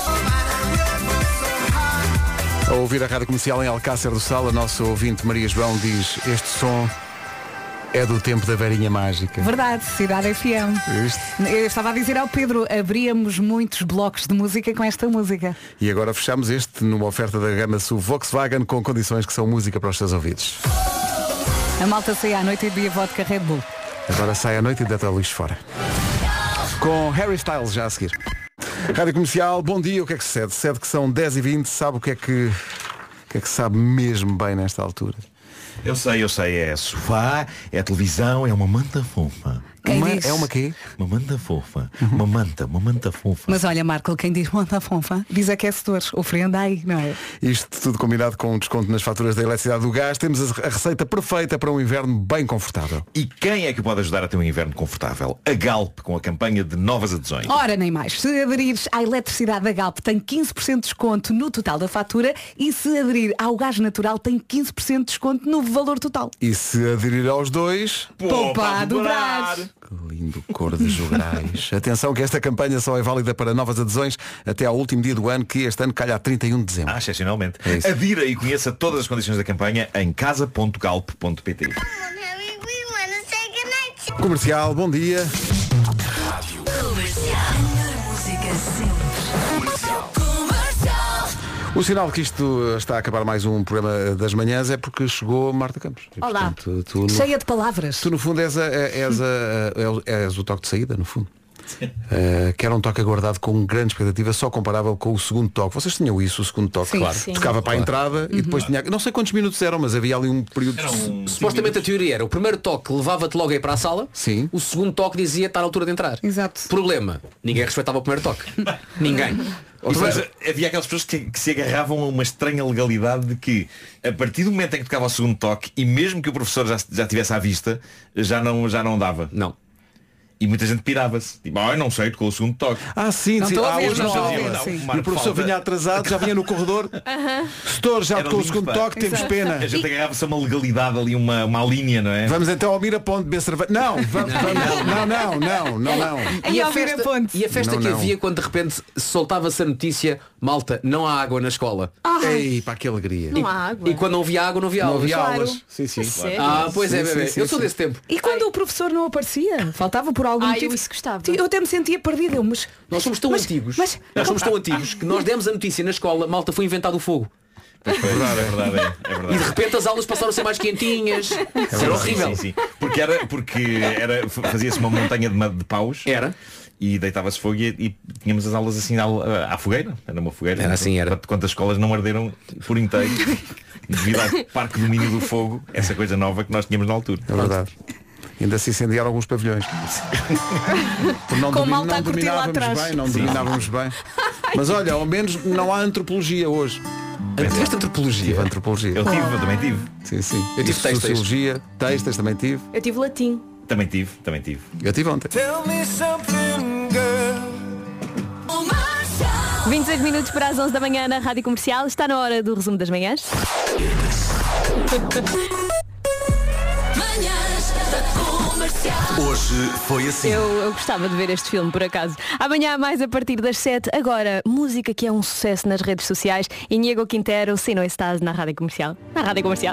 [SPEAKER 1] A ouvir a rádio comercial em Alcácer do Sal, a nossa ouvinte Maria João diz: este som é do tempo da Verinha Mágica.
[SPEAKER 3] Verdade, Cidade F M.
[SPEAKER 1] Viste?
[SPEAKER 3] Eu estava a dizer ao Pedro, abríamos muitos blocos de música com esta música.
[SPEAKER 1] E agora fechamos este numa oferta da gama S U V Volkswagen com condições que são música para os seus ouvidos.
[SPEAKER 3] A malta sai à noite e bebia vodka Red Bull.
[SPEAKER 1] Agora sai à noite e deita o lixo fora. Com Harry Styles já a seguir. Rádio Comercial, bom dia, o que é que sucede? Sucede que são dez e vinte, sabe o que é que, o que é que sabe mesmo bem nesta altura?
[SPEAKER 12] Eu sei, eu sei, é sofá, é televisão, é uma manta fofa.
[SPEAKER 3] Quem
[SPEAKER 12] uma,
[SPEAKER 3] diz?
[SPEAKER 12] É uma quê? Uma manta fofa. Uma manta, uma manta fofa.
[SPEAKER 3] Mas olha, Marco, quem diz monta fonfa diz aquecedores. Ofrenda aí, não é?
[SPEAKER 1] Isto tudo combinado com um desconto nas faturas da eletricidade do gás. Temos a a receita perfeita para um inverno bem confortável.
[SPEAKER 12] E quem é que pode ajudar a ter um inverno confortável? A Galp, com a campanha de novas adesões.
[SPEAKER 3] Ora, nem mais. Se aderires à eletricidade da Galp, tem quinze por cento de desconto no total da fatura, e se aderir ao gás natural, tem quinze por cento de desconto no valor total.
[SPEAKER 1] E se aderir aos dois,
[SPEAKER 3] poupa a dobrar.
[SPEAKER 1] Que lindo cor de jograis. Atenção que esta campanha só é válida para novas adesões até ao último dia do ano, que este ano calha a trinta e um de dezembro.
[SPEAKER 12] Ah, excepcionalmente.
[SPEAKER 1] É
[SPEAKER 12] Adira e conheça todas as condições da campanha em casa ponto galp ponto pt.
[SPEAKER 1] Comercial, bom dia. O sinal que isto está a acabar mais um programa das manhãs é porque chegou Marta Campos. E,
[SPEAKER 3] Olá.
[SPEAKER 1] portanto, tu, no,
[SPEAKER 3] Cheia de palavras.
[SPEAKER 1] tu no fundo és, a, és, a, és o toque de saída, no fundo. Uh, que era um toque aguardado com grande expectativa, só comparável com o segundo toque. Vocês tinham isso, o segundo toque?
[SPEAKER 3] Sim,
[SPEAKER 1] claro.
[SPEAKER 3] sim.
[SPEAKER 1] Tocava para a entrada
[SPEAKER 3] Uhum.
[SPEAKER 1] e depois tinha. Não sei quantos minutos eram, mas havia ali um período.
[SPEAKER 7] Um, supostamente a teoria era o primeiro toque levava-te logo aí para a sala.
[SPEAKER 1] Sim.
[SPEAKER 7] O segundo toque dizia estar à altura de entrar.
[SPEAKER 3] Exato.
[SPEAKER 7] Problema, ninguém respeitava o primeiro toque. Ninguém.
[SPEAKER 12] Ou seja, havia aquelas pessoas que, que se agarravam a uma estranha legalidade de que, a partir do momento em que tocava o segundo toque, e mesmo que o professor já, já tivesse à vista, já não, já não dava.
[SPEAKER 7] Não.
[SPEAKER 12] E muita gente pirava-se. Tipo, ah, eu não sei, tocou o segundo toque.
[SPEAKER 1] Ah, sim,
[SPEAKER 12] Não
[SPEAKER 1] sim.
[SPEAKER 12] estou a
[SPEAKER 1] Ah,
[SPEAKER 12] ver,
[SPEAKER 1] hoje
[SPEAKER 12] não
[SPEAKER 1] não
[SPEAKER 12] estou a
[SPEAKER 1] fazia,
[SPEAKER 12] ver,
[SPEAKER 1] não.
[SPEAKER 12] sim.
[SPEAKER 1] E o
[SPEAKER 12] Marco
[SPEAKER 1] professor
[SPEAKER 12] falta.
[SPEAKER 1] vinha atrasado, já vinha no corredor. Setor, já
[SPEAKER 12] Era
[SPEAKER 1] tocou o
[SPEAKER 12] lindo,
[SPEAKER 1] segundo
[SPEAKER 12] pá.
[SPEAKER 1] toque, temos
[SPEAKER 3] Exato.
[SPEAKER 1] pena.
[SPEAKER 12] A gente agarrava-se a uma legalidade ali, uma, uma linha, não é?
[SPEAKER 1] Vamos então ao Miraponte beber cerveja. Não, vamos, vamos. Não, não, não, não, não.
[SPEAKER 7] E a festa, e a festa
[SPEAKER 1] Não,
[SPEAKER 7] que
[SPEAKER 1] não.
[SPEAKER 7] havia quando de repente soltava-se a notícia: malta, não há água na escola.
[SPEAKER 1] Ei, para que alegria.
[SPEAKER 3] Não há água.
[SPEAKER 7] E quando não havia água, não havia
[SPEAKER 1] Não
[SPEAKER 7] aulas.
[SPEAKER 1] havia
[SPEAKER 3] Claro.
[SPEAKER 1] aulas. Sim, sim.
[SPEAKER 3] Sério?
[SPEAKER 7] Ah, pois é,
[SPEAKER 1] Sim,
[SPEAKER 7] bebê.
[SPEAKER 1] sim, sim,
[SPEAKER 7] Eu sou
[SPEAKER 1] sim.
[SPEAKER 7] desse tempo.
[SPEAKER 3] E quando o professor não aparecia? Faltava por algum
[SPEAKER 20] Ah,
[SPEAKER 3] motivo.
[SPEAKER 20] eu isso gostava.
[SPEAKER 3] Eu até me sentia perdida. Eu, mas...
[SPEAKER 7] Nós somos tão
[SPEAKER 3] Mas-
[SPEAKER 7] antigos.
[SPEAKER 3] mas-
[SPEAKER 7] Nós somos tão antigos que nós demos a notícia na escola: malta, foi inventado o fogo.
[SPEAKER 12] É verdade, é verdade, é, é verdade.
[SPEAKER 7] E de repente as aulas passaram a ser mais quentinhas. Isso era horrível.
[SPEAKER 12] Sim, sim. Porque era, porque era, fazia-se uma montanha de, ma- de paus.
[SPEAKER 7] Era.
[SPEAKER 12] E deitava-se fogo e, e tínhamos as aulas assim à, à fogueira. Era uma fogueira.
[SPEAKER 7] Era assim, era.
[SPEAKER 12] Quantas escolas não arderam por inteiro devido ao Parque Domínio do Fogo, essa coisa nova que nós tínhamos na altura.
[SPEAKER 1] É verdade. Ainda se incendiaram alguns pavilhões. Porque não
[SPEAKER 3] Com
[SPEAKER 1] domi-
[SPEAKER 3] malta
[SPEAKER 1] não
[SPEAKER 3] a curtir lá
[SPEAKER 1] dominávamos
[SPEAKER 3] atrás.
[SPEAKER 1] bem, não
[SPEAKER 12] Sim.
[SPEAKER 1] dominávamos bem. Mas olha, ao menos não há antropologia hoje.
[SPEAKER 7] Tiveste antropologia?
[SPEAKER 1] Tive antropologia.
[SPEAKER 12] Eu tive, eu também tive.
[SPEAKER 1] Sim, sim.
[SPEAKER 7] Eu tive
[SPEAKER 1] E
[SPEAKER 7] textos.
[SPEAKER 1] sociologia, textas também tive.
[SPEAKER 20] Eu tive latim.
[SPEAKER 12] Também tive, também tive.
[SPEAKER 1] Eu tive ontem.
[SPEAKER 20] vinte e seis minutos para as onze da manhã na Rádio Comercial. Está na hora do resumo das manhãs.
[SPEAKER 4] Hoje foi assim.
[SPEAKER 20] Eu, eu gostava de ver este filme, por acaso. Amanhã, mais a partir das sete. Agora, música que é um sucesso nas redes sociais. Inigo Quintero, Se Não Estás, na Rádio Comercial. Na Rádio Comercial.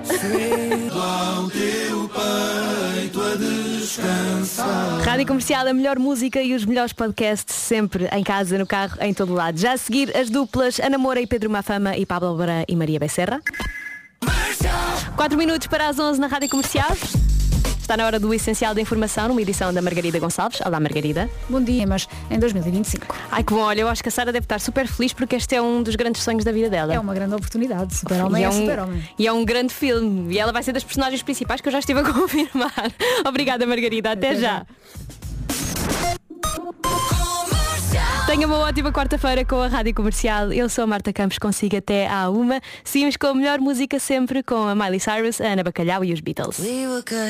[SPEAKER 20] Rádio Comercial, a melhor música e os melhores podcasts, sempre em casa, no carro, em todo lado. Já a seguir, as duplas Ana Moura e Pedro Mafama e Pablo Albarã e Maria Becerra. quatro minutos para as onze na Rádio Comercial. Está na hora do Essencial da Informação, numa edição da Margarida Gonçalves. Olá, Margarida.
[SPEAKER 21] Bom dia, mas em dois mil e vinte e cinco.
[SPEAKER 20] Ai, que bom. Olha, eu acho que a Sara deve estar super feliz porque este é um dos grandes sonhos da vida dela.
[SPEAKER 21] É uma grande oportunidade. Super-Homem
[SPEAKER 20] E
[SPEAKER 21] é,
[SPEAKER 20] é um,
[SPEAKER 21] super-homem.
[SPEAKER 20] e é um grande filme. E ela vai ser das personagens principais que eu já estive a confirmar. Obrigada, Margarida. Até,
[SPEAKER 21] Até
[SPEAKER 20] já.
[SPEAKER 21] já.
[SPEAKER 20] Tenha uma ótima quarta-feira com a Rádio Comercial. Eu sou a Marta Campos, consigo até à uma. Seguimos com a melhor música sempre com a Miley Cyrus, a Ana Bacalhau e os Beatles.